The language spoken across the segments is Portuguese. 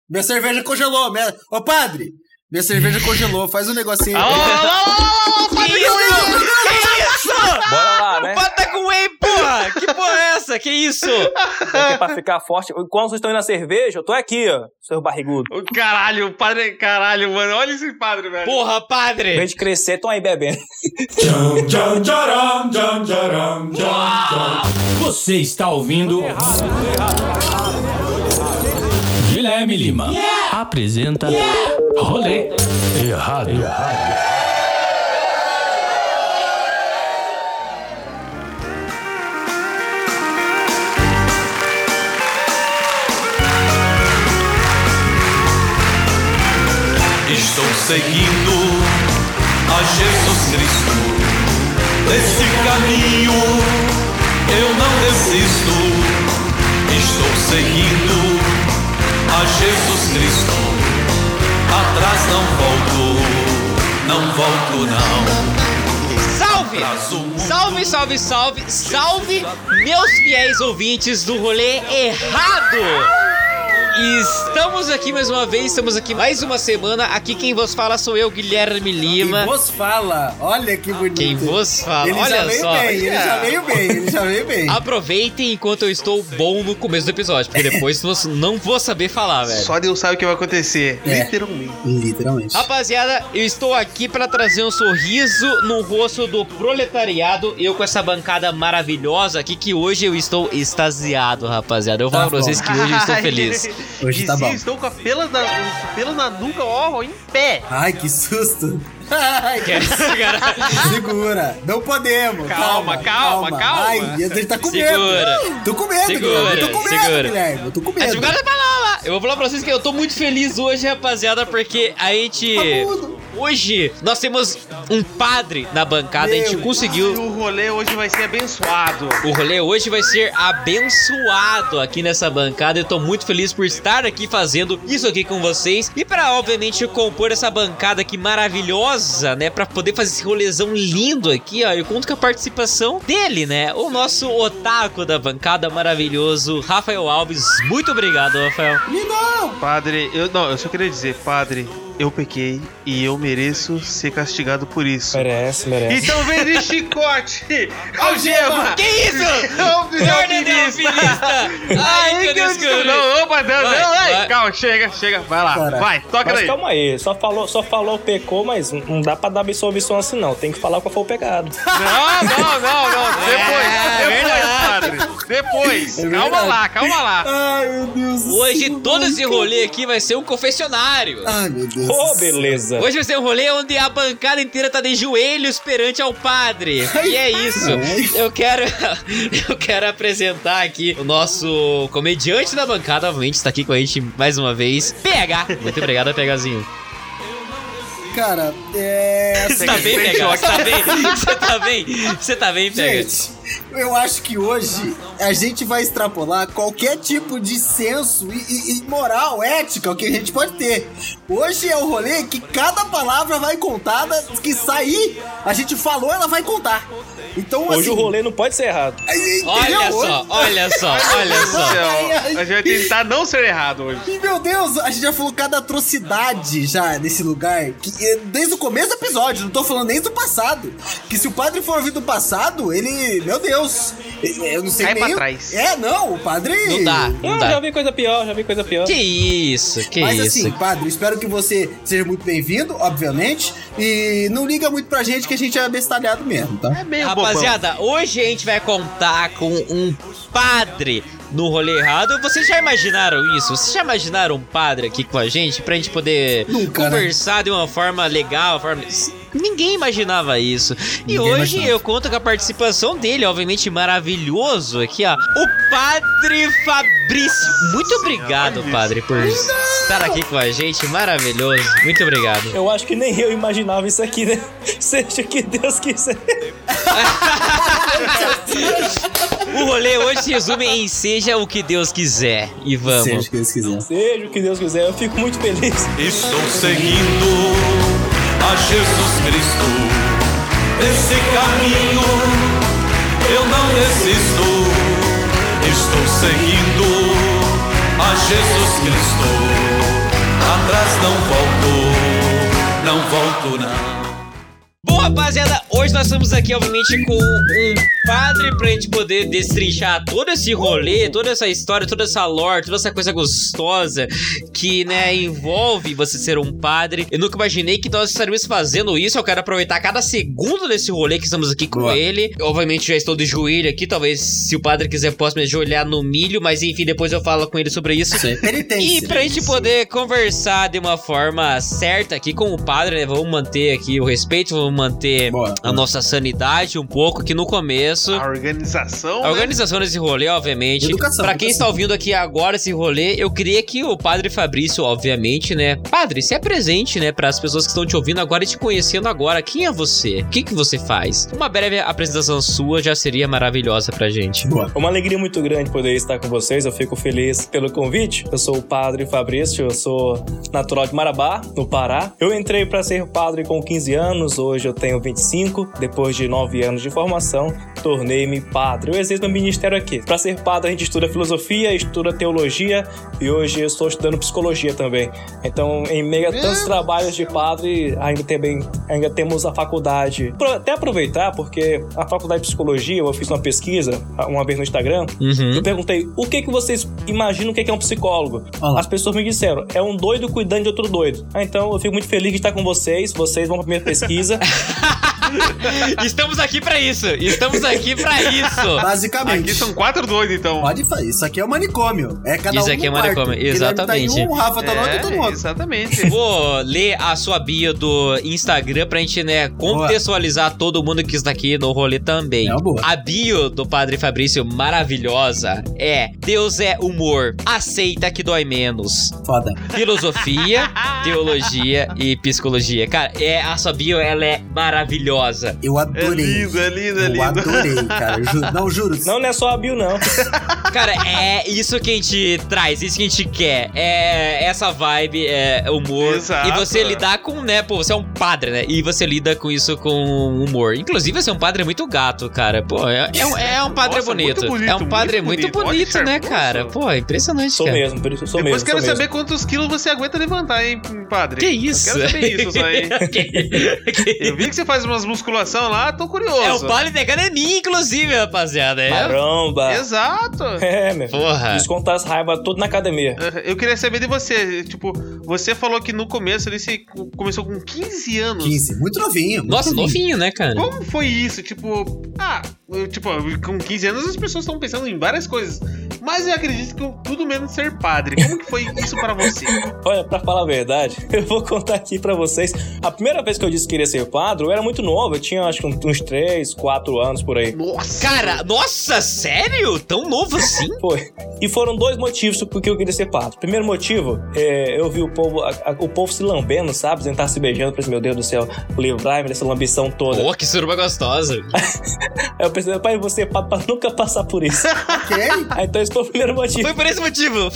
Minha cerveja congelou. Ô, padre, minha cerveja congelou. Faz um negocinho. Que isso? Bora lá, né? O padre tá com whey, porra! Que porra é essa? Que isso? Porque pra ficar forte. Enquanto vocês estão indo na cerveja, eu tô aqui, ó, seu barrigudo. Caralho, o padre... Caralho, mano. Olha esse padre, velho. Porra, padre! Em vez de crescer, tão aí bebendo. Você está ouvindo Guilherme Lima apresenta Rolê Errado. Estou seguindo a Jesus Cristo. Desse caminho eu não desisto. Estou seguindo a Jesus Cristo. Atrás não volto não. Salve! Salve, salve, salve, salve, meus fiéis ouvintes do Rolê Errado! Estamos aqui mais uma vez, estamos aqui mais uma semana. Aqui quem vos fala sou eu, Guilherme Lima. Quem vos fala, olha que bonito. Quem vos fala, ele olha só. Ele já veio bem. Aproveitem enquanto eu estou bom no começo do episódio, porque depois não vou saber falar, velho. Só Deus sabe o que vai acontecer. Literalmente. Rapaziada, eu estou aqui para trazer um sorriso no rosto do proletariado. Eu com essa bancada maravilhosa aqui, que hoje eu estou extasiado, rapaziada. Eu falo pra vocês que hoje eu estou feliz. Hoje tá bom. Estou com a pelo na nuca, ó, em pé. Ai, que susto. Ai, segura. Não podemos. Calma. Ai, a gente tá com medo. Tô com medo, Guilherme. Eu tô com medo. Segura a palavra. Eu vou falar pra vocês que eu tô muito feliz hoje, rapaziada, porque a gente... Hoje nós temos um padre na bancada, a gente conseguiu... O rolê hoje vai ser abençoado. O rolê hoje vai ser abençoado aqui nessa bancada. Eu tô muito feliz por estar aqui fazendo isso aqui com vocês. E pra, obviamente, compor essa bancada aqui maravilhosa, né? Pra poder fazer esse rolezão lindo aqui, ó. Eu conto com a participação dele, né? O nosso otaku da bancada maravilhoso, Rafael Alves. Muito obrigado, Rafael. Não! Padre, eu só queria dizer, padre... Eu pequei e eu mereço ser castigado por isso. Merece. Então vem de chicote! Algema! Que isso? Ordem neofilista! Ai, que Deus que não, opa, não, calma, chega, vai lá, Caraca. vai, toca Mas daí. calma aí, só falou pecou, mas não dá pra dar absolvição assim não. Tem que falar qual foi o pecado. Depois, calma lá. Ai, meu Deus do céu. Hoje todo esse rolê aqui vai ser um confessionário. Ai, meu Deus. Ô, beleza. Hoje vai ser um rolê onde a bancada inteira tá de joelhos perante ao padre. E é isso. Eu quero apresentar aqui o nosso comediante da bancada. Obviamente está aqui com a gente mais uma vez, PH. Muito obrigado, PHzinho. Cara, Você tá bem, PH? Você tá bem, PH? Gente, eu acho que hoje a gente vai extrapolar qualquer tipo de senso e moral, ética, o que a gente pode ter. Hoje é o rolê que cada palavra vai contada, que sair, a gente falou, ela vai contar. Então, Hoje assim, o rolê não pode ser errado. Olha só. A gente vai tentar não ser errado hoje. E, meu Deus, a gente já falou cada atrocidade já nesse lugar, que, desde o começo do episódio, não tô falando nem do passado. Que se o padre for ouvir do passado, ele, meu Deus, eu não sei Cai nem... pra trás. Não, o padre... Não dá. Já vi coisa pior. Que isso. Mas assim, padre, espero que você seja muito bem-vindo, obviamente, e não liga muito pra gente, que a gente é bestalhado mesmo, tá? É meio Rapaziada, hoje a gente vai contar com um padre no rolê errado. Vocês já imaginaram isso? Vocês já imaginaram um padre aqui com a gente pra gente poder conversar de uma forma legal, Ninguém imaginava isso. E hoje eu conto com a participação dele, obviamente maravilhoso aqui, ó. O Padre Fabrício. Muito obrigado, padre, por estar aqui com a gente. Maravilhoso. Muito obrigado. Eu acho que nem eu imaginava isso aqui, né? Seja o que Deus quiser. O rolê hoje se resume em seja o que Deus quiser. E vamos. Seja o que Deus quiser. Seja o que Deus quiser. Eu fico muito feliz. Estou seguindo a Jesus Cristo. Esse caminho eu não desisto. Estou seguindo a Jesus Cristo. não. Bom, rapaziada, hoje nós estamos aqui, obviamente, com um padre pra gente poder destrinchar todo esse rolê, toda essa história, toda essa lore, toda essa coisa gostosa que, né, envolve você ser um padre. Eu nunca imaginei que nós estaríamos fazendo isso. Eu quero aproveitar cada segundo desse rolê que estamos aqui com ele. Obviamente, já estou de joelho aqui. Talvez, se o padre quiser, possa me ajoelhar no milho. Mas, enfim, depois eu falo com ele sobre isso. E pra gente poder conversar de uma forma certa aqui com o padre, né, vamos manter aqui o respeito, vamos manter a nossa sanidade um pouco aqui no começo. A organização. A organização desse rolê, obviamente. Educação, pra quem está ouvindo aqui agora esse rolê, eu queria que o Padre Fabrício, obviamente, né? Padre, se apresente, né? Para as pessoas que estão te ouvindo agora e te conhecendo agora. Quem é você? O que você faz? Uma breve apresentação sua já seria maravilhosa pra gente. Boa. Uma alegria muito grande poder estar com vocês. Eu fico feliz pelo convite. Eu sou o Padre Fabrício, eu sou natural de Marabá, no Pará. Eu entrei para ser padre com 15 anos, hoje eu tenho 25. Depois de 9 anos de formação, tornei-me padre. Eu exerço meu ministério aqui. Para ser padre, a gente estuda filosofia, estuda teologia e hoje eu estou estudando psicologia também. Então, em meio a tantos trabalhos de padre, ainda temos a faculdade. Até aproveitar, porque a faculdade de psicologia, eu fiz uma pesquisa uma vez no Instagram, eu perguntei, o que vocês imaginam que é um psicólogo? As pessoas me disseram, é um doido cuidando de outro doido. Então, eu fico muito feliz de estar com vocês vão pra minha pesquisa. Estamos aqui pra isso. Basicamente. Aqui são 4 doidos, então. Pode fazer. Isso aqui é um manicômio. É cada Isso um aqui é um quarto. manicômio, exatamente. Tá em um, o Rafa tá no outro, eu tô no outro. Exatamente. Vou ler a sua bio do Instagram pra gente, né, contextualizar todo mundo que está aqui no rolê também. A bio do Padre Fabrício, maravilhosa, é: Deus é humor, aceita que dói menos. Foda. Filosofia, teologia e psicologia. Cara, a sua bio, ela é maravilhosa. Eu adorei. É lindo. Eu adorei, cara. Juro. Não é só a bio, não. Cara, é isso que a gente traz, isso que a gente quer. É essa vibe, é humor. Exato. E você lidar com, né, pô, você é um padre, né? E você lida com isso com humor. Inclusive, você é um padre muito gato, cara. Pô, é um padre Nossa, bonito. muito bonito. É um padre muito bonito, né, charmoso. cara? Pô, é impressionante, Sou cara. mesmo. Depois quero saber quantos quilos você aguenta levantar, hein, padre? Que isso? Eu quero saber isso aí. Eu vi que você faz umas musculação lá, tô curioso. É o padre da academia, inclusive, rapaziada. Caramba. Exato. Meu. Porra. Descontar as raivas tudo na academia. Eu queria saber de você, tipo, você falou que no começo ali você começou com 15 anos. 15, muito novinho. Nossa, novinho, né, cara? Como foi isso? Tipo, com 15 anos as pessoas estão pensando em várias coisas. Mas eu acredito que tudo menos ser padre. Como que foi isso pra você? Olha, pra falar a verdade, eu vou contar aqui pra vocês. A primeira vez que eu disse que queria ser padre, eu era muito novo. Eu tinha, acho que uns 3, 4 anos por aí. Nossa! Cara, nossa, sério? Tão novo assim? Foi. E foram 2 motivos por que eu queria ser padre. Primeiro motivo, eu vi o povo se lambendo, sabe? Sentar se beijando. Eu pensei, meu Deus do céu, livrai-me dessa lambição toda. Pô, que suruba gostosa. Aí eu pensei, pai, você é padre pra nunca passar por isso. Então esse foi o primeiro motivo. Foi por esse motivo.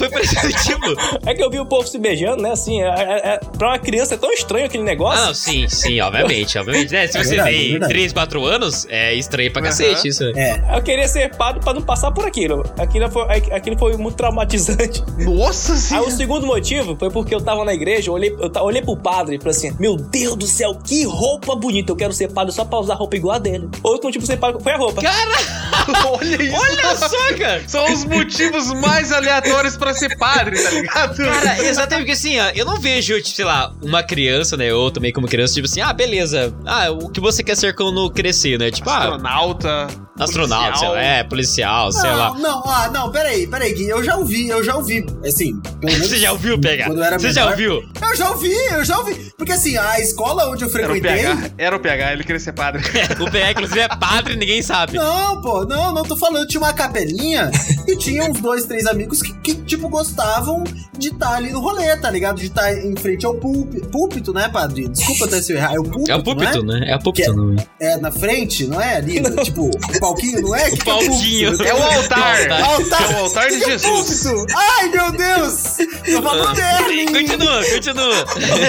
É que eu vi o povo se beijando, né? Assim, pra uma criança é tão estranho aquele negócio. Ah, não, sim, obviamente. Né? Se você tem 3, 4 anos, é estranho pra cacete isso. Eu queria ser padre pra não passar por aquilo. Aquilo foi muito traumatizante. Nossa senhora! Aí o segundo motivo foi porque eu tava na igreja, eu olhei pro padre e falei assim, meu Deus do céu, que roupa bonita, eu quero ser padre só pra usar roupa igual a dele. Outro motivo pra ser padre foi a roupa. Cara! Olha isso! Olha só, cara! São os motivos mais aleatórios pra ser padre, tá ligado? Cara, exatamente, porque assim, ó, eu não vejo, tipo, sei lá, uma criança, né, eu também como criança, tipo assim, beleza, o que você quer ser quando crescer, né, tipo, astronauta, policial, sei lá. Não, peraí, Gui, eu já ouvi, assim, pelo menos... Você já ouviu, PH? Você já ouviu? Eu já ouvi, porque assim, a escola onde eu frequentei... Era o PH, ele queria ser padre. O PH, inclusive, é padre, ninguém sabe. Não, pô, não tô falando, tinha uma capelinha e tinha uns 2, 3 amigos que tipo, gostavam de estar ali no rolê, tá ligado? De estar em frente ao púlpito, né, padre? Desculpa até se eu errar, é o púlpito, é o púlpito, né? É o púlpito, não é? É na frente, não é? Ali, tipo, o palquinho, não é? O palquinho. É o altar. É o altar de Jesus. Ai, meu Deus! Eu falo moderno. Continua.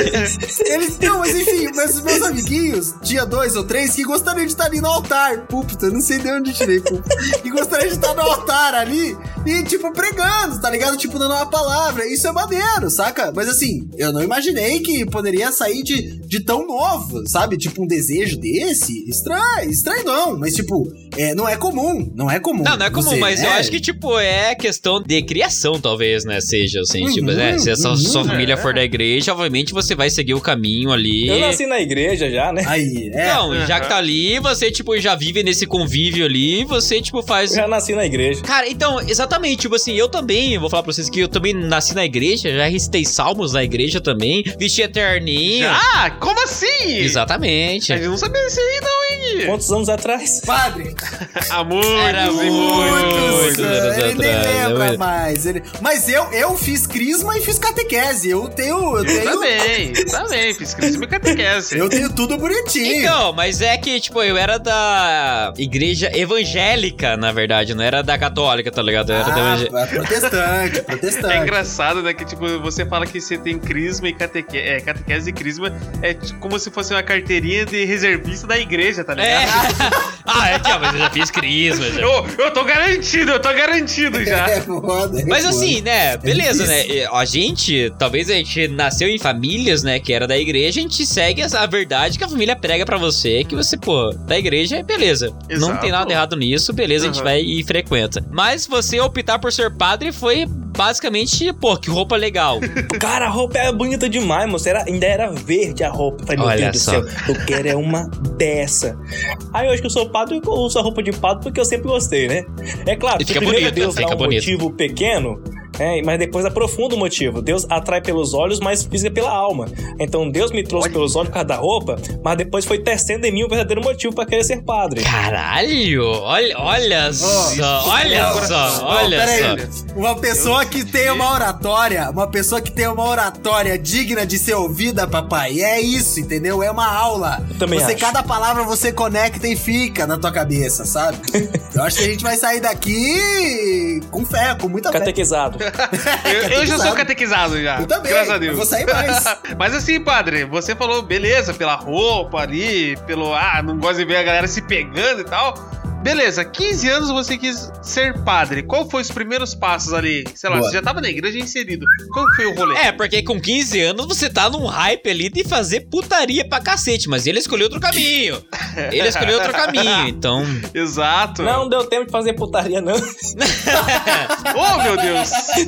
Mas enfim, meus amiguinhos, tinha 2 ou 3 que gostariam de estar ali no altar. Púlpito, eu não sei de onde tirei púlpito. E gostariam de estar no altar ali. e, tipo, pregando, tá ligado? Tipo, dando uma palavra. Isso é maneiro, saca? Mas, assim, eu não imaginei que poderia sair de tão novo, sabe? Tipo, um desejo desse. Estranho não, mas, tipo, não é comum. Não é comum. Não é comum, mas eu acho que, tipo, é questão de criação, talvez, né? Seja, assim, tipo, né? Se a sua família for da igreja, obviamente você vai seguir o caminho ali. Eu nasci na igreja já, né? Aí, Então, já que tá ali, você, tipo, já vive nesse convívio ali, você, tipo, faz... Eu já nasci na igreja. Cara, então, exatamente, tipo assim, eu também, vou falar pra vocês que eu também nasci na igreja, já recitei salmos na igreja também, vesti eterninho. Ah, como assim? Exatamente. A gente não sabia disso aí não, hein? Quantos anos atrás? Padre! Há muitos Era e muitos anos Ele nem atrás, lembra mais. Mas eu fiz crisma e fiz catequese. Eu tenho... Também, fiz crisma e catequese. Eu tenho tudo bonitinho. Então, mas é que, tipo, eu era da igreja evangélica, na verdade, não era da católica, tá ligado? Eu era da evangélica. Protestante. É engraçado, né, que, tipo, você fala que você tem crisma e catequese e crisma é como se fosse uma carteirinha de reservista da igreja, tá ligado? Mas eu já fiz crisma. Já. Eu tô garantido já. Foda, Mas assim, né, beleza, difícil. né, a gente nasceu em famílias, né, que era da igreja, a gente segue a verdade que a família prega pra você, que você, pô, da igreja, beleza. Exato. Não tem nada errado nisso, beleza, a gente vai e frequenta. Mas você optar por ser padre foi basicamente, pô, que roupa legal. Cara, a roupa era bonita demais, moço. Ainda era verde a roupa. Falei, meu Deus do céu, eu quero é uma dessa. Aí hoje que eu sou padre, eu uso a roupa de padre porque eu sempre gostei, né? É claro, E fica primeiro bonito, Deus fica dá um bonito. motivo pequeno, mas depois aprofunda o motivo. Deus atrai pelos olhos, mas fica pela alma. Então Deus me trouxe pelos olhos por causa da roupa, mas depois foi tecendo em mim o verdadeiro motivo pra querer ser padre. Caralho, olha só. Peraí. Uma pessoa que tem uma oratória digna de ser ouvida, papai. É isso, entendeu? É uma aula. Eu também acho. Cada palavra você conecta e fica na tua cabeça, sabe? Eu acho que a gente vai sair daqui com fé, com muita fé. Catequizado. Eu já sou catequizado já. Eu também. Graças a Deus. Eu vou sair mais. Mas assim, padre, você falou, beleza, pela roupa ali, não gosta de ver a galera se pegando e tal. Beleza, 15 anos você quis ser padre. Qual foi os primeiros passos ali? Sei lá, você já tava na igreja inserido. Qual foi o rolê? Porque com 15 anos você tá num hype ali de fazer putaria pra cacete, mas ele escolheu outro caminho. Então... Exato. Não deu tempo de fazer putaria, não. Oh, meu Deus.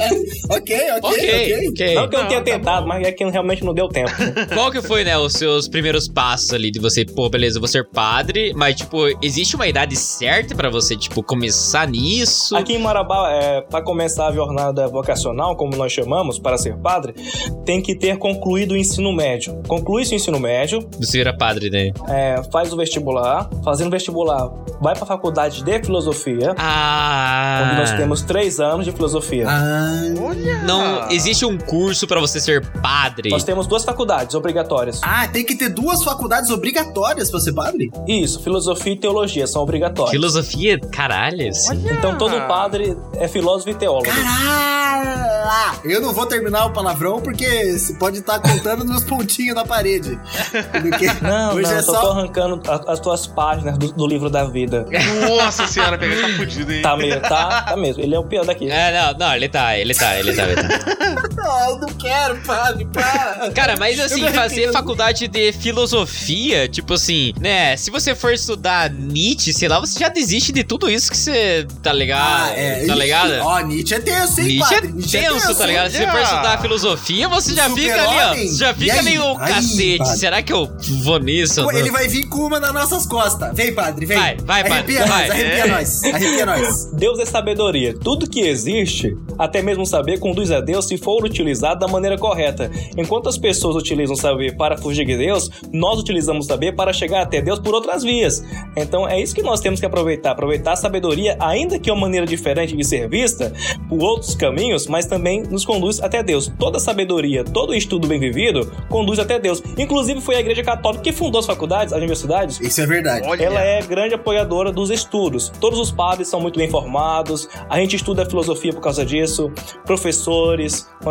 Ok. Não que eu tenha tentado, mas é que realmente não deu tempo. Qual que foi, né, os seus primeiros passos ali de você, pô, beleza, eu vou ser padre, mas, tipo, existe uma idade certa pra você, tipo, começar nisso? Aqui em Marabá, pra começar a jornada vocacional, como nós chamamos, para ser padre, tem que ter concluído o ensino médio. Conclui seu ensino médio. Você vira padre, né? Faz o vestibular. Fazendo vestibular, vai pra faculdade de filosofia. Onde nós temos 3 anos de filosofia. Olha! Não existe um curso pra você ser padre? Nós temos 2 faculdades obrigatórias. Tem que ter 2 faculdades obrigatórias pra ser padre? Isso, filosofia e teologia são obrigatórias. Filosofia? Caralho. Então todo padre é filósofo e teólogo. Caralho! Eu não vou terminar o palavrão porque você pode estar contando nos pontinhos da parede. Não, tô arrancando as tuas páginas do livro da vida. Nossa senhora, pega, tá fudido, hein? Tá mesmo. Ele é o pior daqui. Não, ele tá. Não, eu não quero, padre, para. Cara, mas assim, fazer faculdade de filosofia, tipo assim, né, se você for estudar Nietzsche, sei lá, você já desiste de tudo isso que você, tá ligado? Tá ligado? Nietzsche é tenso, hein, Nietzsche padre? Nietzsche é tenso, tá ligado? Se você for estudar filosofia, você já fica ali, ó. Você já fica ali, o cacete. Padre. Será que eu vou nisso? Ele vai vir com uma nas nossas costas. Vem, padre, vem. Vai, padre. Arrepia nós. Deus é sabedoria. Tudo que existe, até mesmo saber, conduz a Deus se for utilizado da maneira correta. Enquanto as pessoas utilizam saber para fugir de Deus, nós utilizamos saber para chegar até Deus por outras vias. Então é isso que nós temos que aproveitar a sabedoria, ainda que é uma maneira diferente de ser vista, por outros caminhos, mas também nos conduz até Deus. Toda sabedoria, todo estudo bem vivido, conduz até Deus. Inclusive foi a Igreja Católica que fundou as faculdades, as universidades. Isso é verdade. Ela é grande apoiadora dos estudos. Todos os padres são muito bem formados, a gente estuda filosofia por causa disso, professores,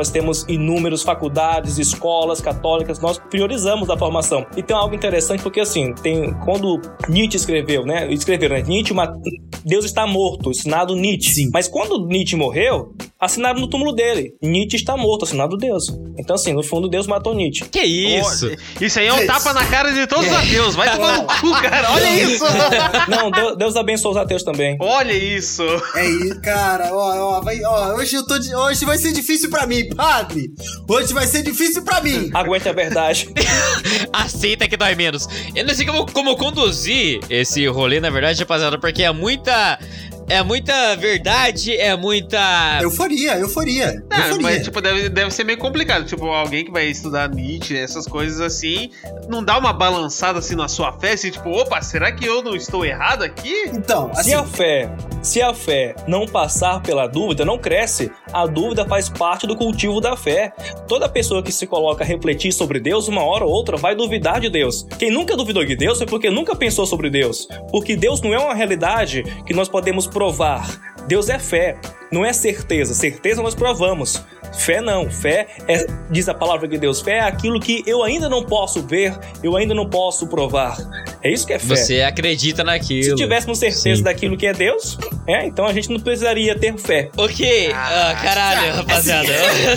nós temos inúmeras faculdades, escolas católicas, nós priorizamos a formação. E tem algo interessante porque, assim, quando Nietzsche escreveram, né? Nietzsche, Deus está morto, assinado Nietzsche. Sim. Mas quando Nietzsche morreu, assinaram no túmulo dele. Nietzsche está morto, assinado Deus. Então, assim, no fundo, Deus matou Nietzsche. Que isso? Isso aí é um tapa na cara de todos os ateus. Vai tomar no cu, cara. Olha isso. Não, Deus abençoa os ateus também. Olha isso. É isso, cara. Hoje vai ser difícil pra mim, padre. Hoje vai ser difícil pra mim. Aguenta a verdade. Aceita que dói menos. Eu não sei como conduzir esse rolê, na verdade, rapaziada, porque é muita verdade, é muita... Euforia. Mas, tipo, deve ser meio complicado. Tipo, alguém que vai estudar Nietzsche, essas coisas assim, não dá uma balançada assim na sua fé, assim, tipo, opa, será que eu não estou errado aqui? Então, assim... Se a fé não passar pela dúvida, não cresce. A dúvida faz parte do cultivo da fé. Toda pessoa que se coloca a refletir sobre Deus, uma hora ou outra, vai duvidar de Deus. Quem nunca duvidou de Deus é porque nunca pensou sobre Deus. Porque Deus não é uma realidade que nós podemos provar. Deus é fé, não é certeza. Certeza nós provamos. Fé não. Fé é, diz a palavra de Deus, fé é aquilo que eu ainda não posso ver, eu ainda não posso provar. É isso que é fé. Você acredita naquilo. Se tivéssemos certeza daquilo que é Deus, então a gente não precisaria ter fé. Ok, caralho, rapaziada.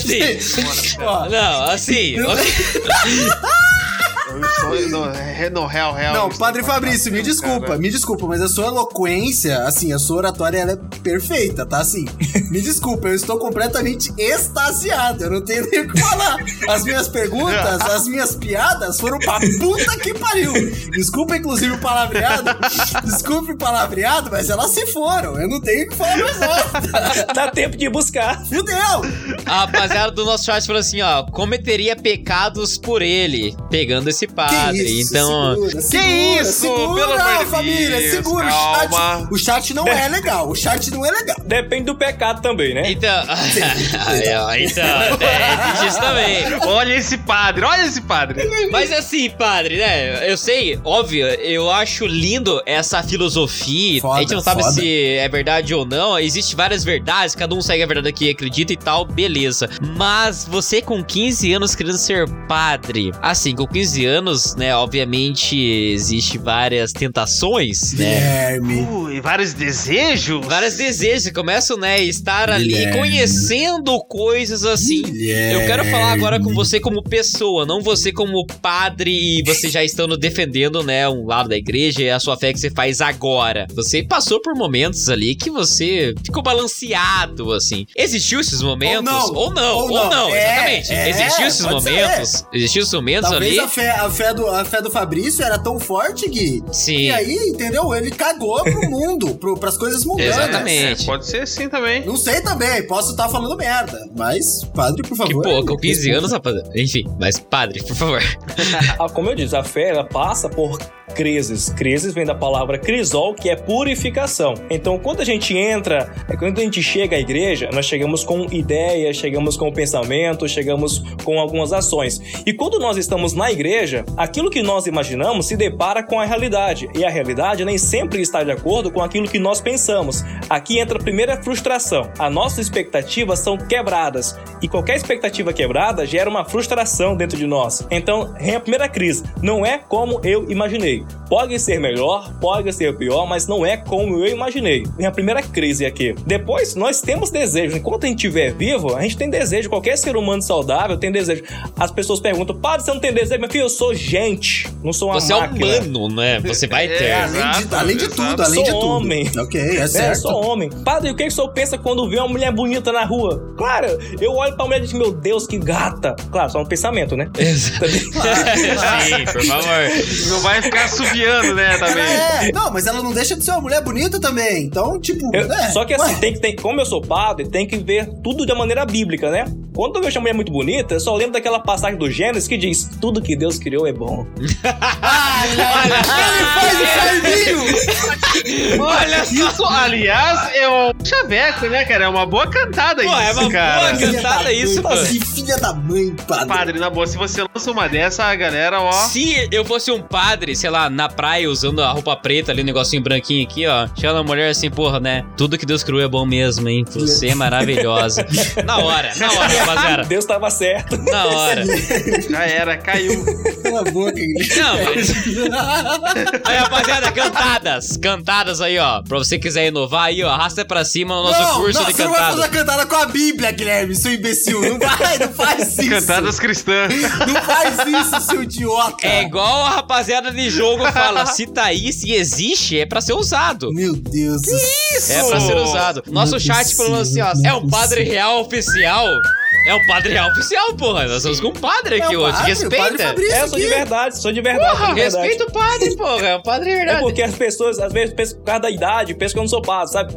Assim. Real. Não, Padre Fabrício, me desculpa, mas a sua eloquência, assim, a sua oratória, ela é perfeita, tá? Assim, me desculpa, eu estou completamente extasiado, eu não tenho nem o que falar. As minhas perguntas, as minhas piadas foram pra puta que pariu. Desculpa, inclusive, o palavreado, mas elas se foram, eu não tenho o que falar mais nada. Dá tempo de buscar. Fudeu! A rapaziada do nosso chat falou assim, ó, cometeria pecados por ele, pegando esse padre. Que isso, então, segura, pelo amor de família, Deus, segura. calma. O chat não é legal, Depende do pecado também, né? Então, existe isso também. Olha esse padre. Mas assim, padre, né? Eu sei, óbvio, eu acho lindo essa filosofia. Foda, a gente não sabe foda. se é verdade ou não. Existem várias verdades, cada um segue a verdade que acredita e tal, beleza. Mas você com 15 anos querendo ser padre, assim, com 15 anos, né, obviamente existe várias tentações, né? E vários desejos. Você começa, né, estar ali conhecendo coisas assim. Eu quero falar agora com você como pessoa, não você como padre e você já estando defendendo, né, um lado da igreja e a sua fé que você faz agora. Você passou por momentos ali que você ficou balanceado, assim. Existiu esses momentos? Ou não, exatamente. Existiu esses momentos? Existiu esses momentos talvez ali? A fé do Fabrício era tão forte, Gui. Sim. E aí, entendeu? Ele cagou pro mundo, pras coisas mundanas. Exatamente. Pode ser assim também. Não sei também, posso estar falando merda. Mas, padre, por favor. Que pô, com 15 anos, rapaziada. Enfim, mas padre, por favor. Como eu disse, a fé, ela passa por crises. Crises vem da palavra crisol, que é purificação. Então, quando a gente chega à igreja, nós chegamos com ideias, chegamos com pensamento, chegamos com algumas ações. E quando nós estamos na igreja, aquilo que nós imaginamos se depara com a realidade. E a realidade nem sempre está de acordo com aquilo que nós pensamos. Aqui entra a primeira frustração. As nossas expectativas são quebradas. E qualquer expectativa quebrada gera uma frustração dentro de nós. Então, vem a primeira crise. Não é como eu imaginei. Pode ser melhor, pode ser pior, mas não é como eu imaginei. Vem a primeira crise aqui. Depois, nós temos desejos. Enquanto a gente estiver vivo, a gente tem desejo. Qualquer ser humano saudável tem desejo. As pessoas perguntam, padre, você não tem desejo? Meu filho, eu sou gente, não sou uma máquina. Você é humano, né? Você vai ter. Além de tudo. Sou homem. Ok, é certo. Sou homem. Padre, o que o senhor pensa quando vê uma mulher bonita na rua? Claro, eu olho pra mulher e digo, meu Deus, que gata. Claro, só um pensamento, né? Sim, por favor. Não vai ficar assobiando, né, também. Não, mas ela não deixa de ser uma mulher bonita também. Então, tipo... Só que assim, como eu sou padre, tem que ver tudo de maneira bíblica, né? Quando eu vejo uma mulher muito bonita, eu só lembro daquela passagem do Gênesis que diz, tudo que Deus criou é bom. Ele faz o carvinho! Olha isso, aliás, é um chaveco, né, cara? É uma boa cantada isso, é uma cara. boa cantada isso, pô. Filha da mãe, padre. Padre, na boa, se você lança uma dessa, a galera, ó... Se eu fosse um padre, sei lá, na na praia usando a roupa preta ali, o negocinho branquinho aqui, ó. Chama a mulher assim, porra, né? Tudo que Deus criou é bom mesmo, hein? Você é maravilhosa. Na hora, rapaziada. Deus tava certo. Na hora. Já era, caiu. Cala a boca, Guilherme. Não, mas... Aí, rapaziada, cantadas aí, ó. Pra você quiser inovar aí, ó, arrasta pra cima no nosso curso de você não vai fazer cantada. a cantada com a Bíblia, Guilherme, seu imbecil. Não faz isso. Cantadas cristãs. Não faz isso, seu idiota. É igual a rapaziada de jogo fala, se tá aí, se existe, é pra ser usado. Meu Deus do céu. É pra ser usado. Nosso Não é chat falando assim, ó, possível, é um padre real oficial. É um padre real oficial, porra. Nós estamos com um padre aqui hoje. Respeita. Eu Sou de verdade, sou de verdade. Porra, respeita o padre, porra. É um padre de verdade. É porque as pessoas, às vezes, pensam por causa da idade, pensam que eu não sou padre, sabe?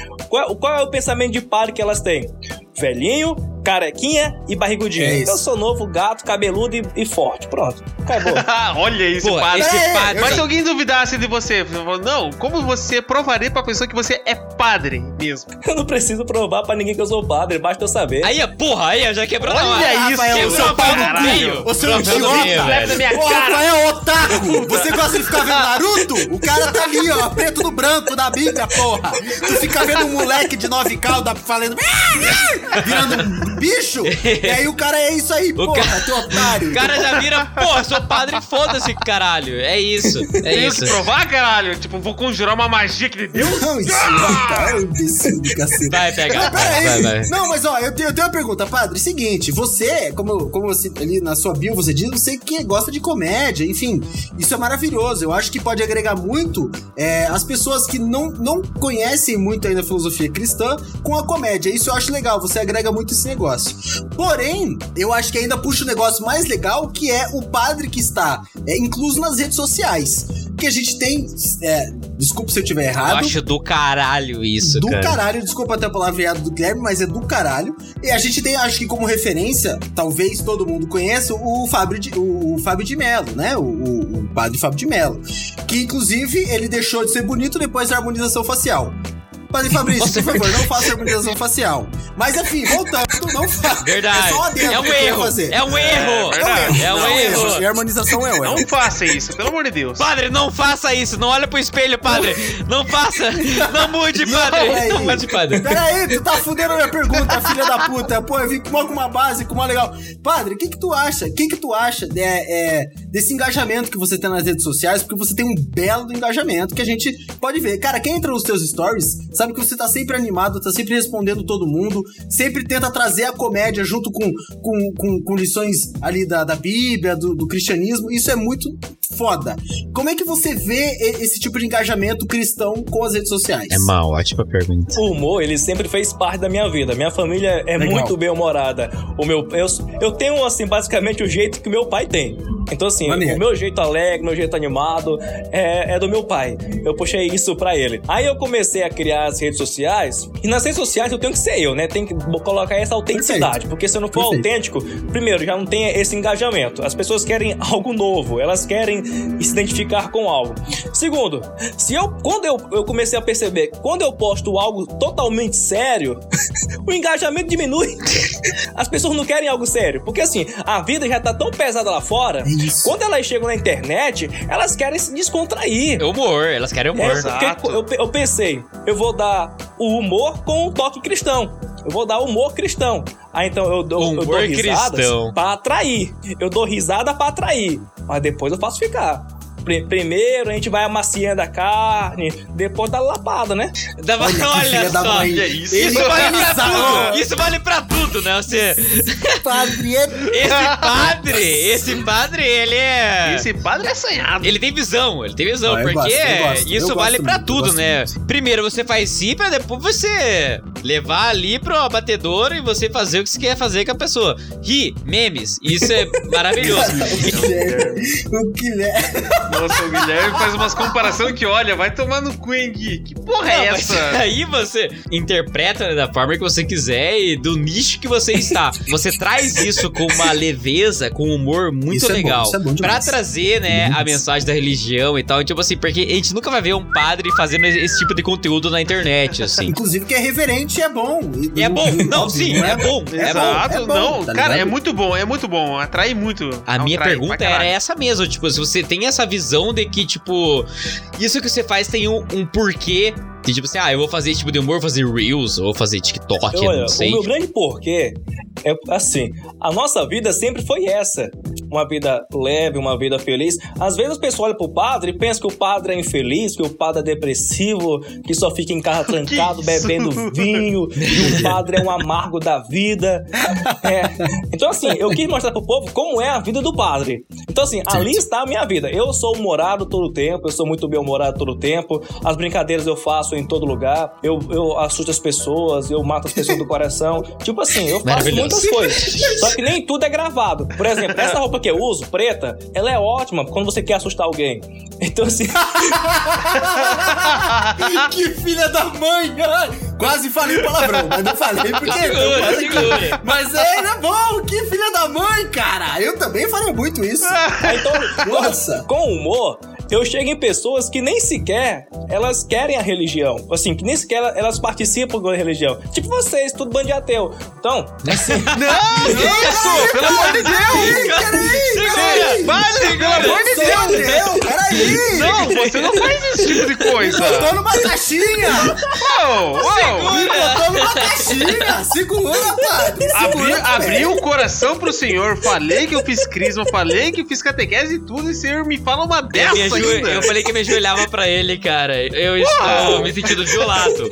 Qual é o pensamento de padre que elas têm? Velhinho, carequinha e barrigudinho. É isso. Eu sou novo, gato, cabeludo e forte. Pronto, acabou. Olha isso, Pô, padre. esse padre... Mas se alguém duvidasse de você, não, como você provaria pra pessoa que você é padre mesmo? Eu não preciso provar pra ninguém que eu sou padre, basta eu saber. Aí, porra, aí, já quebrou na hora. Olha isso, Rafael, quebrou seu a pau pau no no meio. meio. Você é um Trocando meio, idiota. velho. Na minha Ô, cara. Rafael, otaku. Você gosta de ficar vendo Naruto? O cara tá ali, ó, preto no branco da Bíblia, porra. Tu fica vendo um moleque de 9 caudas falando... virando um bicho. E aí o cara é isso aí, porra, teu otário. O cara já vira, pô, sou padre, foda-se, caralho. É isso, é Tenho isso. que provar, caralho? Tipo, vou conjurar uma magia aqui de Deus? Não, idiota. É um imbecil do cacete. Vai pegar, Não, pera aí. vai. Não, mas ó, eu tenho uma pergunta, padre. Seguinte, você, como você ali na sua bio você diz, você que gosta de comédia, enfim, isso é maravilhoso. Eu acho que pode agregar muito as pessoas que não conhecem muito ainda a filosofia cristã com a comédia. Isso eu acho legal, você agrega muito esse negócio. Porém, eu acho que ainda puxa o negócio mais legal, que é o padre que está incluso nas redes sociais. Que a gente tem, desculpa se eu estiver errado. Eu acho do caralho isso, do cara. caralho, desculpa até a palavreada do Guilherme, mas é do caralho. E a gente tem, acho que como referência, talvez todo mundo conheça, o Fábio de Mello, né? O padre Fábio de Mello. Que, inclusive, ele deixou de ser bonito depois da harmonização facial. Padre Fabrício, por favor, não faça harmonização facial. Mas, enfim, voltando, não faça. Verdade. É só um adendo É um que eu quero erro. fazer. É um erro. verdade. É um erro. E a harmonização é um erro. Não faça isso, pelo amor de Deus. Padre, não faça isso. Não olha pro espelho, padre. Não faça. Não mude, padre. Não mude, padre. Pera aí, tu tá fudendo a minha pergunta, filha da puta. Pô, eu vim com uma base, com uma legal. Padre, o que tu acha? O que tu acha desse engajamento que você tem nas redes sociais? Porque você tem um belo engajamento que a gente pode ver. Cara, quem entra nos teus stories sabe que você tá sempre animado, tá sempre respondendo todo mundo, sempre tenta trazer a comédia junto com lições ali da Bíblia, do cristianismo. Isso é muito foda. Como é que você vê esse tipo de engajamento cristão com as redes sociais? É uma ótima pergunta. O humor, ele sempre fez parte da minha vida. Minha família é Legal. muito bem-humorada. Eu tenho, assim, basicamente o jeito que meu pai tem. Então, assim, Maneiro. o meu jeito alegre, meu jeito animado é do meu pai. Eu puxei isso pra ele. Aí eu comecei a criar as redes sociais. E nas redes sociais eu tenho que ser eu, né? Tem que colocar essa autenticidade. Perfeito. Porque se eu não for autêntico, primeiro, já não tem esse engajamento. As pessoas querem algo novo. Elas querem se identificar com algo. Segundo, quando eu comecei a perceber, quando eu posto algo totalmente sério, o engajamento diminui. As pessoas não querem algo sério. Porque assim, a vida já tá tão pesada lá fora. Isso. Quando elas chegam na internet, elas querem se descontrair. Humor, elas querem humor. Porque eu pensei, eu vou dar o humor com um toque cristão. Eu vou dar humor cristão. Aí então eu dou risadas cristão. pra atrair. Eu dou risada pra atrair. Mas depois eu faço ficar. Primeiro a gente vai amaciando a carne, depois dá lapada, né? Olha da só. mãe. Isso. Ele Isso vale pra organizado. tudo. Isso vale pra tudo, né? Você... Padre Esse padre, ele é... Esse padre é assanhado. Ele tem visão, eu porque gosto, isso eu vale gosto pra muito, tudo, eu gosto né? muito. Primeiro você faz si pra depois você levar ali pro abatedouro e você fazer o que você quer fazer com a pessoa. Rir, memes, isso é maravilhoso. O Guilherme. Nossa, o Guilherme faz umas comparações que, olha, vai tomar no cu, hein, Gui? Que porra é Não, mas essa? aí você interpreta da forma que você quiser e do nicho que você está. Você traz isso com uma leveza, com um humor muito Isso é bom, legal. isso é bom demais. Pra trazer, né, a mensagem da religião e tal. Tipo assim, porque a gente nunca vai ver um padre fazendo esse tipo de conteúdo na internet, assim. Inclusive que é reverente e é bom. É bom, não, sim, é bom. Exato, é bom, não, tá cara, ligado? é muito bom, atrai muito. A minha Atrai pergunta pra era caralho. essa mesmo, tipo, se você tem essa visão visão de que, tipo, isso que você faz tem um porquê. E, tipo assim, eu vou fazer esse tipo de humor, vou fazer Reels, ou vou fazer TikTok, Olha, não sei. O meu grande porquê é assim, a nossa vida sempre foi essa. Uma vida leve, uma vida feliz. Às vezes as pessoas olham pro padre e pensam que o padre é infeliz, que o padre é depressivo, que só fica em casa trancado, bebendo vinho, e o padre é um amargo da vida. Então, assim, eu quis mostrar pro povo como é a vida do padre. Então, assim, ali está a minha vida. Eu sou humorado todo o tempo, eu sou muito bem-humorado todo o tempo. As brincadeiras eu faço em todo lugar. Eu assusto as pessoas, eu mato as pessoas do coração. Tipo assim, eu faço muitas coisas. Só que nem tudo é gravado. Por exemplo, essa roupa que eu uso, preta, ela é ótima quando você quer assustar alguém. Então, assim... Que filha da mãe! Quase falei palavrão, mas não falei porque... Segura. Mas ele é bom! Que filha da mãe, cara! Eu também falei muito isso. Então, nossa! Com humor, eu chego em pessoas que nem sequer elas querem a religião. Assim, que nem sequer elas participam da religião. Tipo vocês, tudo bando de ateu. Então, assim... Não, isso! Pelo amor de Deus! Peraí! Padre, pelo amor de Deus! Peraí! Não, você não faz esse tipo de coisa! Me botou numa caixinha! Me botou numa caixinha! Segura, padre! Abri o coração pro senhor, falei que eu fiz crisma, falei que eu fiz catequese e tudo, e o senhor me fala uma dessa ainda. Eu falei que me ajoelhava pra ele, cara. Eu estou me sentindo violado.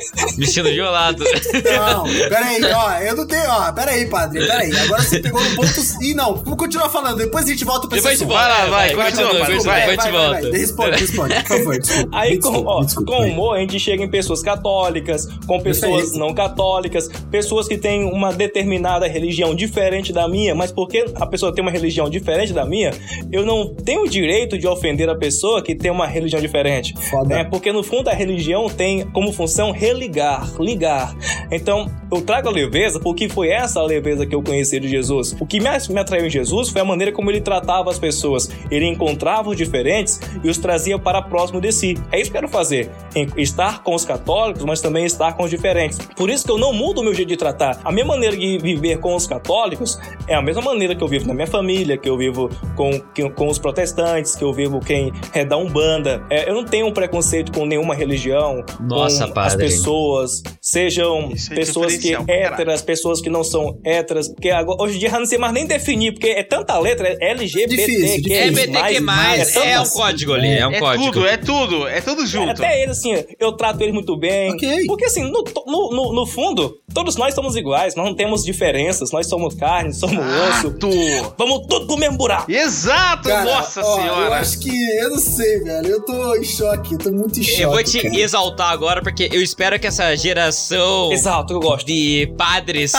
Não, peraí, eu não tenho, peraí, padre, peraí. Agora você pegou no ponto... Ih, não, vamos continuar falando, depois a gente volta pra essa Depois vai, continua. Responde, por favor, desculpa. Aí, com humor, a gente chega em pessoas católicas, com pessoas não católicas, pessoas que têm uma determinada religião diferente da minha, mas porque a pessoa tem uma religião diferente da minha, eu não tenho o direito de ofender a pessoa que tem uma religião diferente. Né? Porque, no fundo, a religião tem como função ligar. Então, eu trago a leveza porque foi essa a leveza que eu conheci de Jesus. O que me atraiu em Jesus foi a maneira como ele tratava as pessoas. Ele encontrava os diferentes e os trazia para próximo de si. É isso que eu quero fazer. Estar com os católicos, mas também estar com os diferentes. Por isso que eu não mudo o meu jeito de tratar. A minha maneira de viver com os católicos é a mesma maneira que eu vivo na minha família, que eu vivo com os protestantes, que eu vivo quem é da Umbanda. Eu não tenho um preconceito com nenhuma religião. Nossa, com padre. As pessoas, sejam pessoas que héteras, pessoas que não são héteras, porque agora, hoje em dia eu não sei mais nem definir, porque é tanta letra, é LGBT, difícil. LGBTQ+, é um código ali, é um código. É tudo junto. Até eles, assim, eu trato eles muito bem. Okay. Porque, assim, no fundo, todos nós somos iguais, nós não temos diferenças, nós somos carne, somos osso. Vamos tudo pro mesmo buraco. Exato, cara, nossa senhora. Eu acho que, eu não sei, velho, eu tô em choque, tô muito em choque. Eu vou te exaltar agora, porque eu espero que essa geração... Exato, eu gosto. De padres...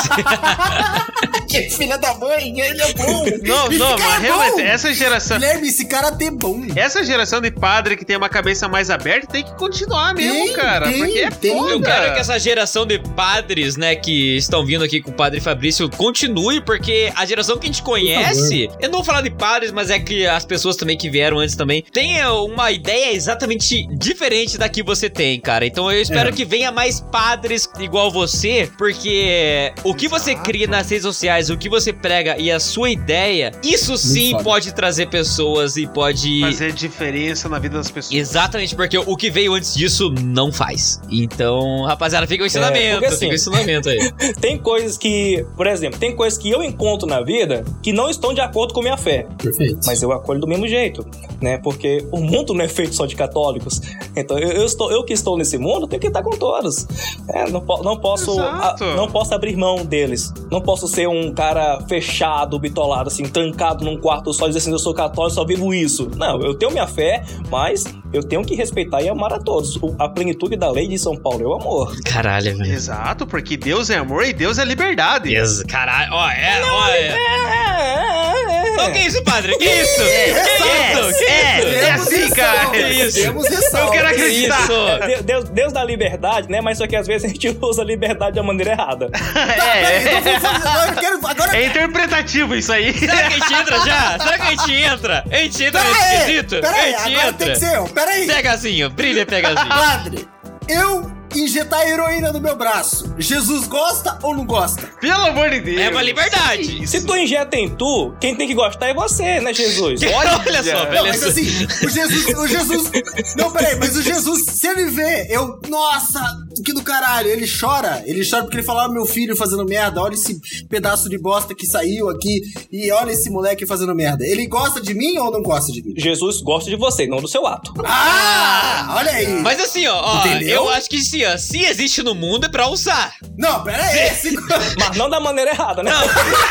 Que filha da mãe, ele é bom. Não, mas realmente, essa geração... Guilherme, esse cara é bom. Essa geração de padre que tem uma cabeça mais aberta tem que continuar mesmo, cara. Porque é foda. Eu quero que essa geração de padres, né, que estão vindo aqui com o padre Fabrício continue, porque a geração que a gente conhece, eu não vou falar de padres, mas é que as pessoas também que vieram antes também, tem uma ideia exatamente diferente da que você tem, cara. Então eu espero que venha mais padres igual você, porque o que você cria nas redes sociais, o que você prega e a sua ideia, isso sim pode trazer pessoas e pode... fazer diferença na vida das pessoas. Exatamente, porque o que veio antes disso não faz. Então, rapaziada, fica o ensinamento, assim, fica o ensinamento aí. Tem coisas que, por exemplo, tem coisas que eu encontro na vida que não estão de acordo com a minha fé. Perfeito. Mas eu acolho do mesmo jeito, né? Porque o mundo não é feito só de católicos. Então, eu que estou nesse mundo, tenho que estar com todos. Não posso abrir mão deles. Não posso ser um cara fechado, bitolado, assim, trancado num quarto só, dizer assim, eu sou católico, só vivo isso. Não, eu tenho minha fé, mas eu tenho que respeitar e amar a todos. A plenitude da lei de São Paulo é o amor. Caralho, velho. Exato, porque Deus é amor e Deus é liberdade. Caralho, Não, que isso, padre? Que isso? É assim, cara. Que isso? Eu quero acreditar. Deus dá liberdade, né? Mas só que às vezes a gente usa a liberdade da maneira errada. É interpretativo isso aí. Será que a gente entra já? Será que a gente entra? A gente entra nesse quesito? Peraí, agora tem que ser eu. Peraí. Pegazinho, brilha, Pegazinho. Padre, eu injetar heroína no meu braço. Jesus gosta ou não gosta? Pelo amor de Deus. É uma liberdade. Se tu injeta em tu, quem tem que gostar é você, né, Jesus? Olha só, Não, beleza. mas assim, o Jesus... Não, peraí, mas o Jesus, se ele vê, nossa, que do caralho, ele chora porque ele fala, meu filho fazendo merda, olha esse pedaço de bosta que saiu aqui, e olha esse moleque fazendo merda. Ele gosta de mim ou não gosta de mim? Jesus gosta de você, não do seu ato. Ah, olha aí. Mas assim, ó, Entendeu? eu acho que sim, ó, se existe no mundo é pra usar. Não, peraí. Mas não da maneira errada, né? Não.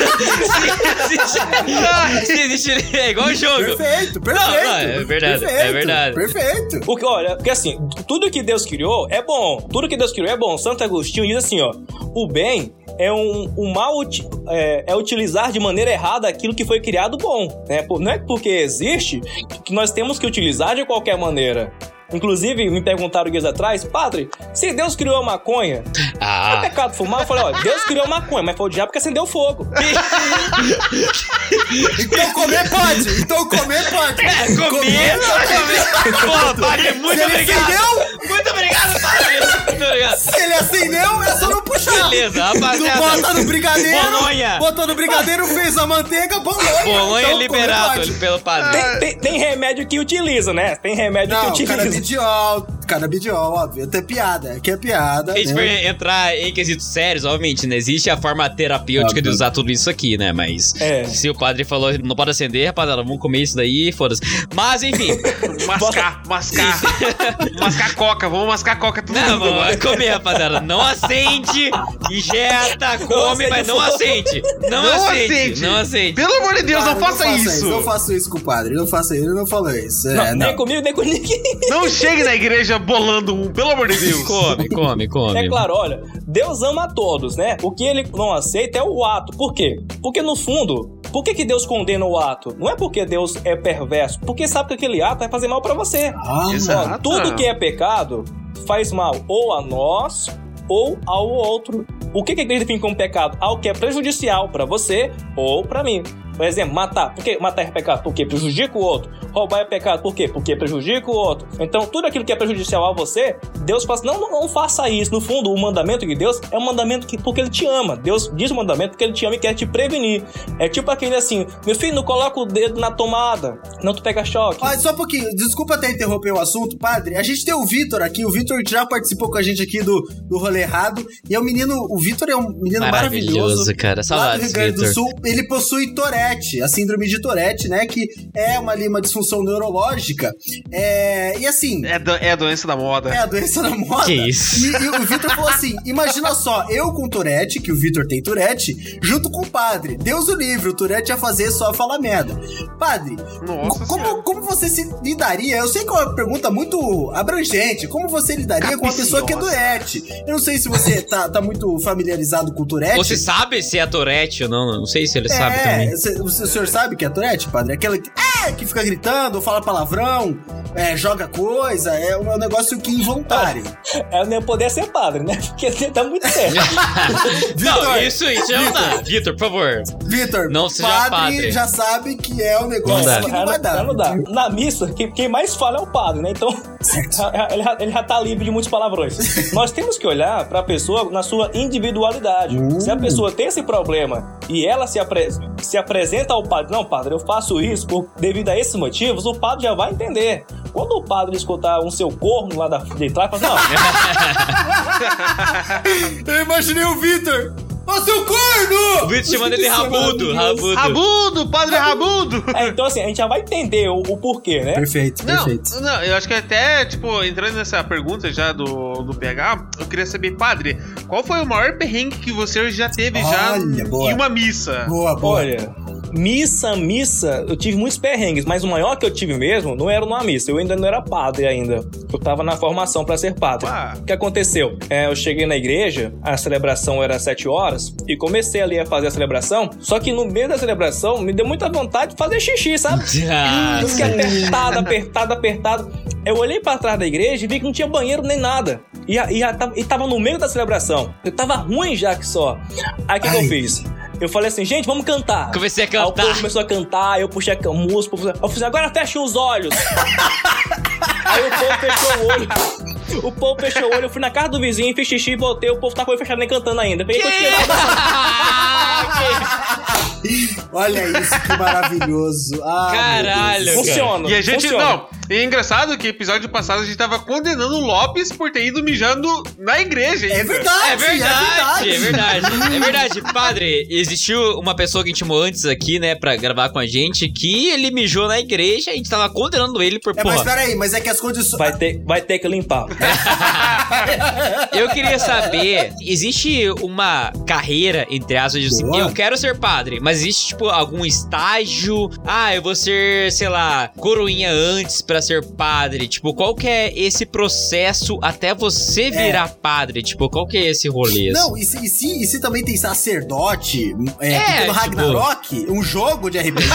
se existe, é igual o jogo. Perfeito. Não, é verdade, é verdade. Perfeito. Porque assim, tudo que Deus criou é bom. Tudo que Deus criou é bom. Santo Agostinho diz assim, ó, o bem é o mal é utilizar de maneira errada aquilo que foi criado bom, né? Não é porque existe que nós temos que utilizar de qualquer maneira. Inclusive, me perguntaram dias atrás, padre, se Deus criou a maconha, é pecado fumar? Eu falei, ó, Deus criou a maconha, mas foi o diabo que acendeu o fogo. Então comer pode. Comer. Pô, padre, muito obrigado. Muito obrigado, padre. Muito obrigado. Se ele acendeu, é só não puxar. Beleza, rapaziada. Bota no brigadeiro. Bolonha. Botou no brigadeiro, fez a manteiga, bolonha. Bolonha Então, liberado comer pode. pelo padre. Tem remédio que utiliza, né? Tem remédio que utiliza. Canabidiol, óbvio. Até piada. Aqui é piada. A gente vai entrar em quesitos sérios, obviamente, não existe a forma terapêutica de usar tudo isso aqui, né? Mas se o padre falou não pode acender, rapaziada, vamos comer isso daí, foda-se. Mas, enfim. Mascar coca, vamos mascar coca tudo. Não, vamos comer, rapaziada. Não acende, injeta, come, mas não acende. Não acende. Pelo amor de Deus, não faça isso. Não faço isso com o padre. Não faça isso, ele não falou isso. Nem comigo, nem com ninguém. Não chegue na igreja bolando um, pelo amor de Deus. Come. É claro, olha, Deus ama a todos, né? O que ele não aceita é o ato. Por quê? Porque no fundo, por que Deus condena o ato? Não é porque Deus é perverso, porque sabe que aquele ato vai fazer mal pra você. Exato. Ó, tudo que é pecado faz mal ou a nós ou ao outro. O que a igreja define como pecado? Algo que é prejudicial pra você ou pra mim. Por exemplo, matar. Por que matar é pecado? Porque prejudica o outro. Roubar é pecado. Por quê? Porque prejudica o outro. Então, tudo aquilo que é prejudicial a você, Deus fala assim, não faça isso. No fundo, o mandamento de Deus é um mandamento porque Ele te ama. Deus diz o mandamento porque Ele te ama e quer te prevenir. É tipo aquele assim, meu filho, não coloca o dedo na tomada, não tu pega choque. Olha, só um pouquinho. Desculpa até interromper o assunto, padre. A gente tem o Vitor aqui. O Vitor já participou com a gente aqui do Rolê Errado. E é um menino... O Vitor é um menino maravilhoso. Cara. Lá do Saudades, Rio Grande do Vitor. Sul. Ele possui Tourette, a síndrome de Tourette, né? Que é uma disfunção neurológica. E assim... É a doença da moda. É a doença da moda. Que isso? E o Vitor falou assim, imagina só, eu com Tourette, que o Vitor tem Tourette, junto com o padre. Deus o livre, o Tourette ia fazer só falar merda. Padre, Nossa Senhora. como você se lidaria? Eu sei que é uma pergunta muito abrangente. Como você lidaria com uma pessoa que é Tourette? Eu não sei se você tá muito familiarizado com o Tourette. Você sabe se é Tourette ou não? Não sei se ele sabe também. O senhor sabe que é Tourette, padre? Aquela que fica gritando, fala palavrão, joga coisa, é um negócio que involuntário. Ela nem poder ser padre, né? Porque tá muito certo. Não, isso não dá. Vitor, por favor. Vitor, não seja padre. Já sabe que é um negócio que não vai dar. Não dá. Na missa, quem mais fala é o padre, né? Então, ele já tá livre de muitos palavrões. Nós temos que olhar pra pessoa na sua individualidade. Se a pessoa tem esse problema e ela se apresenta ao padre, não, padre, eu faço isso devido a esses motivos, o padre já vai entender. Quando o padre escutar um seu corno lá de trás, fala assim, não. Eu imaginei o Vitor. Ô, seu corno! O Vitor chamando ele Rabudo. Rabudo, padre Rabudo! Então assim, a gente já vai entender o porquê, né? Perfeito. Não, eu acho que até, tipo, entrando nessa pergunta já do PH, eu queria saber, padre, qual foi o maior perrengue que você já teve em uma missa? Boa. Olha, missa, eu tive muitos perrengues, mas o maior que eu tive mesmo não era numa missa, eu ainda não era padre ainda. Eu tava na formação pra ser padre. O que aconteceu? Eu cheguei na igreja, a celebração era 7 horas, e comecei ali a fazer a celebração, só que no meio da celebração me deu muita vontade de fazer xixi, sabe? Eu fiquei apertado. Eu olhei pra trás da igreja e vi que não tinha banheiro nem nada. E tava no meio da celebração. Eu tava ruim já que só. Aí o que eu fiz? Eu falei assim, gente, vamos cantar. Comecei a cantar. Aí o povo começou a cantar, eu puxei a música, eu falei, agora fecha os olhos. Aí o povo fechou o olho. O povo fechou o olho, eu fui na casa do vizinho, fiz xixi, voltei, o povo tá com o olho fechado nem cantando ainda. Olha isso, que maravilhoso. Caralho, funciona. E a gente, funciona. não, e é engraçado que episódio passado a gente tava condenando o Lopes por ter ido mijando na igreja. É ainda. verdade, É verdade. Padre, existiu uma pessoa que a gente chamou antes aqui, né, pra gravar com a gente, que ele mijou na igreja e a gente tava condenando ele por, Mas peraí, mas é que as condições... Vai ter que limpar. Eu queria saber, existe uma carreira, entre aspas, de assim, eu quero ser padre, mas existe, tipo, algum estágio? Eu vou ser, sei lá, coroinha antes pra ser padre. Tipo, qual que é esse processo até você virar padre? Tipo, qual que é esse rolê? Não, e se também tem sacerdote? Porque no tipo... Ragnarok, um jogo de RPG,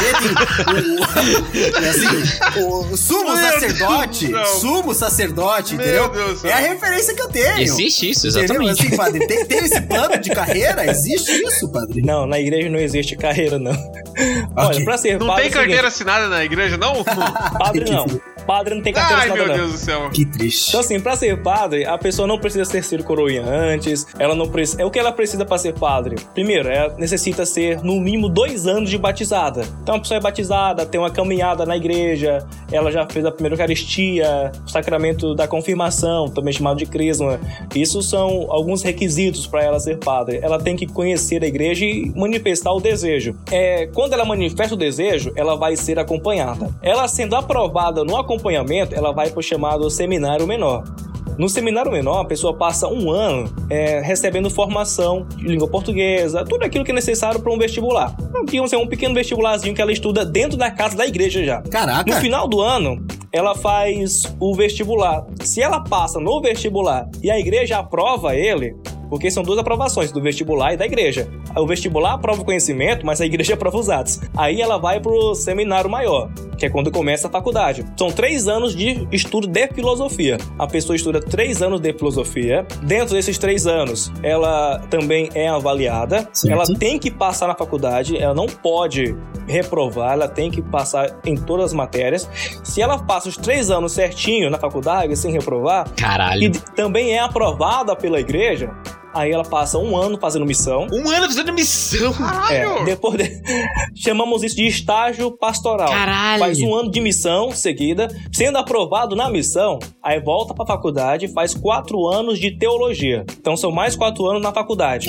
tem o sumo sacerdote. Sumo sacerdote, entendeu? Deus é a referência que eu tenho. Existe isso, exatamente. Entendeu? Assim, padre, tem esse plano de carreira? Existe isso, padre? Não, na igreja não existe carreira, não. Olha, pra ser Não padre... tem carteira assinada na igreja, não? Padre não. Padre não tem carteira assinada, não. Ai, meu Deus do céu. Que triste. Então, assim, pra ser padre, a pessoa não precisa ter sido coroinha antes, ela não precisa... O que ela precisa pra ser padre? Primeiro, ela necessita ser, no mínimo, 2 anos de batizada. Então, a pessoa é batizada, tem uma caminhada na igreja, ela já fez a primeira Eucaristia, o sacramento da confirmação, também chamado de crisma. Isso são alguns requisitos pra ela ser padre. Ela tem que conhecer a igreja e manifestar o desejo. Quando ela manifesta o desejo, ela vai ser acompanhada. Ela sendo aprovada no acompanhamento, ela vai pro chamado seminário menor. No seminário menor, a pessoa passa 1 ano recebendo formação de língua portuguesa, tudo aquilo que é necessário para um vestibular. Digamos, um pequeno vestibularzinho que ela estuda dentro da casa da igreja já. Caraca! No final do ano, ela faz o vestibular. Se ela passa no vestibular e a igreja aprova ele, porque são 2 aprovações, do vestibular e da igreja. O vestibular aprova o conhecimento, mas a igreja aprova os atos. Aí ela vai pro seminário maior, que é quando começa a faculdade. São 3 anos de estudo de filosofia. A pessoa estuda 3 anos de filosofia. Dentro desses 3 anos, ela também é avaliada. Certo. Ela tem que passar na faculdade, ela não pode reprovar, ela tem que passar em todas as matérias. Se ela passa os 3 anos certinho na faculdade, sem reprovar, Caralho. e também é aprovada pela igreja, aí ela passa 1 ano fazendo missão. 1 ano fazendo missão? Caralho! Depois chamamos isso de estágio pastoral. Caralho! Faz 1 ano de missão seguida, sendo aprovado na missão, aí volta pra faculdade, faz 4 anos de teologia. Então são mais 4 anos na faculdade.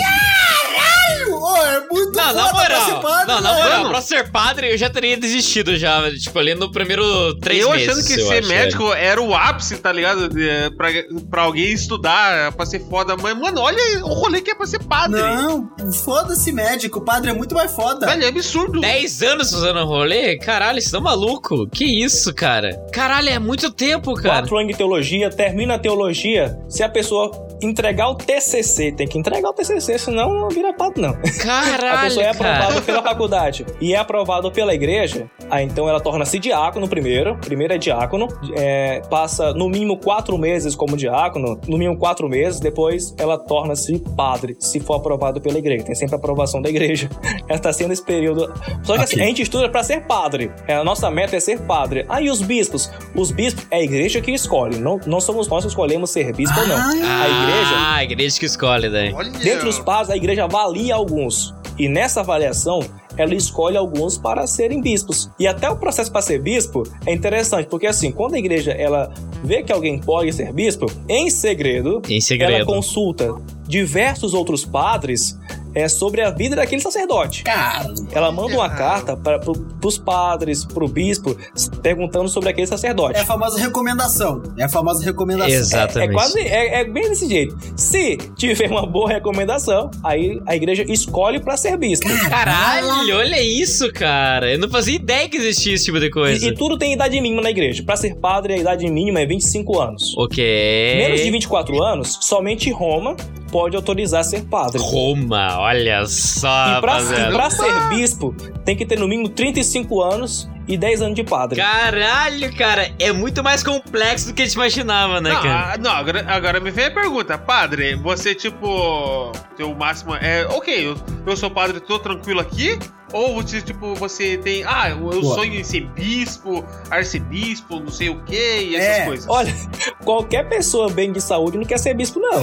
É muito Não, na foda pra moral. ser padre, Não, na né? moral, pra ser padre eu já teria desistido já, tipo, ali no primeiro 3 meses. Eu achando que ser médico era o ápice, tá ligado? Pra alguém estudar, pra ser foda. Mas, mano, olha o rolê que é pra ser padre. Não, foda-se médico. O padre é muito mais foda. Velho, é absurdo. 10 anos fazendo rolê? Caralho, vocês estão maluco? Que isso, cara? Caralho, é muito tempo, cara. 4 anos de teologia, termina a teologia. Se a pessoa entregar o TCC, tem que entregar o TCC, senão não vira padre, não. Caralho, A pessoa é aprovada cara. pela faculdade e é aprovada pela igreja, aí então ela torna-se diácono primeiro é diácono, passa no mínimo 4 meses como diácono, no mínimo 4 meses, depois ela torna-se padre, se for aprovado pela igreja, tem sempre a aprovação da igreja. Ela tá sendo esse período, só que assim, a gente estuda pra ser padre, a nossa meta é ser padre. Aí os bispos é a igreja que escolhe, não somos nós que escolhemos ser bispo ou não. A igreja que escolhe, daí. Olha. Dentre os padres, a igreja avalia alguns. E nessa avaliação, ela escolhe alguns para serem bispos. E até o processo para ser bispo é interessante, porque assim, quando a igreja ela vê que alguém pode ser bispo, em segredo, ela consulta diversos outros padres sobre a vida daquele sacerdote. Cara, Ela manda uma carta pros padres, pro bispo, perguntando sobre aquele sacerdote. é a famosa recomendação. Exatamente. É bem desse jeito. Se tiver uma boa recomendação, aí a igreja escolhe pra ser bispo. Caralho, olha isso, cara. Eu não fazia ideia que existia esse tipo de coisa. E tudo tem idade mínima na igreja. Pra ser padre, a idade mínima é 25 anos. Ok. Menos de 24 anos, somente Roma pode autorizar a ser padre. Roma, olha só, E pra rapaziada. ser bispo, tem que ter no mínimo 35 anos e 10 anos de padre. Caralho, cara, é muito mais complexo do que a gente imaginava, né, cara? Não, agora me vem a pergunta. Padre, você, tipo, teu máximo é... Ok, eu sou padre, tô tranquilo aqui. Ou você, tipo, você tem... eu sonho em ser bispo, arcebispo, não sei o quê, e essas coisas. Olha, qualquer pessoa bem de saúde não quer ser bispo, não.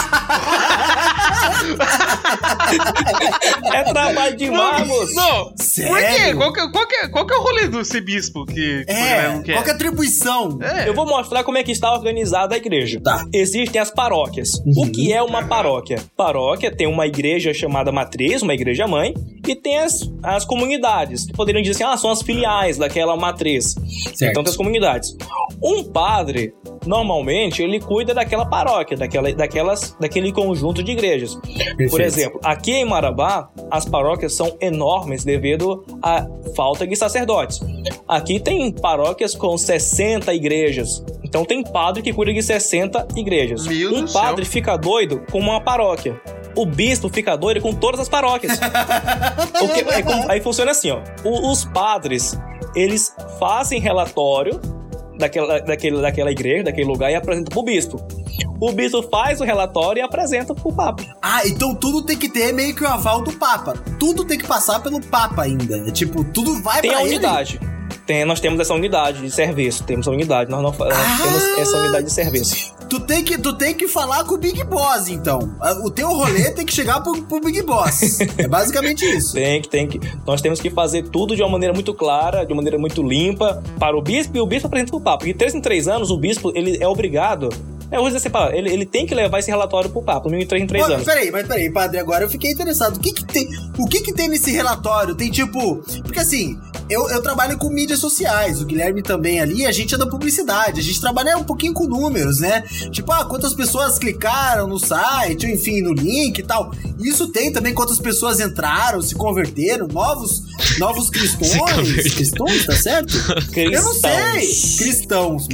É trabalho demais, moço. Não, sério? por quê? Qual que é o rolê do ser bispo que a galera não quer? Qual que é a atribuição? Eu vou mostrar como é que está organizada a igreja. Tá. Existem as paróquias. O que é uma paróquia? Paróquia tem uma igreja chamada matriz, uma igreja mãe, e tem as comunidades, que poderiam dizer assim, são as filiais daquela matriz. Certo. Então tem as comunidades. Um padre, normalmente, ele cuida daquela paróquia, daquele conjunto de igrejas. Perfeito. Por exemplo, aqui em Marabá, as paróquias são enormes devido à falta de sacerdotes. Aqui tem paróquias com 60 igrejas. Então tem padre que cuida de 60 igrejas. Um padre fica doido com uma paróquia. O bispo fica doido com todas as paróquias. Aí funciona assim, ó. Os padres, eles fazem relatório daquela igreja, daquele lugar, e apresentam pro bispo. O bispo faz o relatório e apresenta pro Papa. Então tudo tem que ter meio que o aval do Papa. Tudo tem que passar pelo Papa ainda. Tipo, tudo vai tem pra a unidade. Nós temos essa unidade de serviço. Temos a unidade. Nós temos essa unidade de serviço. Tu tem que falar com o Big Boss, então. O teu rolê tem que chegar pro Big Boss. É basicamente isso. Tem que. Nós temos que fazer tudo de uma maneira muito clara, de uma maneira muito limpa para o bispo, e o bispo apresenta pro Papa. Porque de 3 em 3 anos, o bispo ele é obrigado... Eu vou dizer assim, ele tem que levar esse relatório pro Papa, no mínimo 3 em 3 anos. Peraí, padre, agora eu fiquei interessado. O que tem nesse relatório? Tem tipo... Porque assim, eu trabalho com mídias sociais, o Guilherme também ali, a gente é da publicidade, a gente trabalha um pouquinho com números, né? Tipo, quantas pessoas clicaram no site, ou enfim, no link e tal. Isso tem também quantas pessoas entraram, se converteram, novos cristões. Cristões, tá certo? Cristãos. Eu não sei. Cristãos.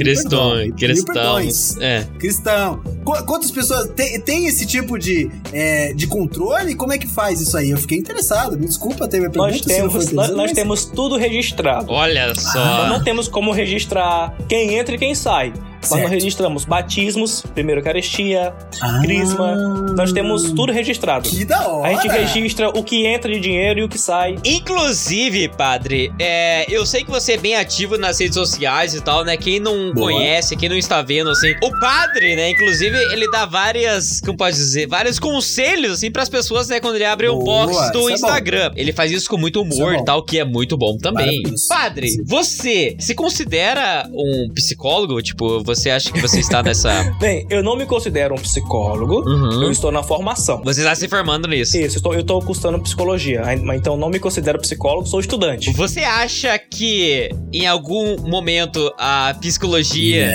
Cristão. Quantas pessoas tem esse tipo de controle? Como é que faz isso aí? Eu fiquei interessado. Me desculpa ter minha pergunta. Nós temos tudo registrado. Olha só. Nós não temos como registrar quem entra e quem sai. Nós não registramos batismos, primeira Eucaristia, crisma. Nós temos tudo registrado. Que da hora! A gente registra o que entra de dinheiro e o que sai. Inclusive, padre, eu sei que você é bem ativo nas redes sociais e tal, né? Quem não conhece, quem não está vendo, assim... O padre, né? Inclusive, ele dá vários conselhos, assim, pras pessoas, né? Quando ele abre um box do Instagram. Ele faz isso com muito humor e tal, que é muito bom também. Padre, você se considera um psicólogo? Tipo, você acha que você está nessa... Bem, eu não me considero um psicólogo. Eu estou na formação. Você está se formando nisso? Isso, eu estou cursando psicologia. Então não me considero psicólogo, sou estudante. Você acha que em algum momento a psicologia...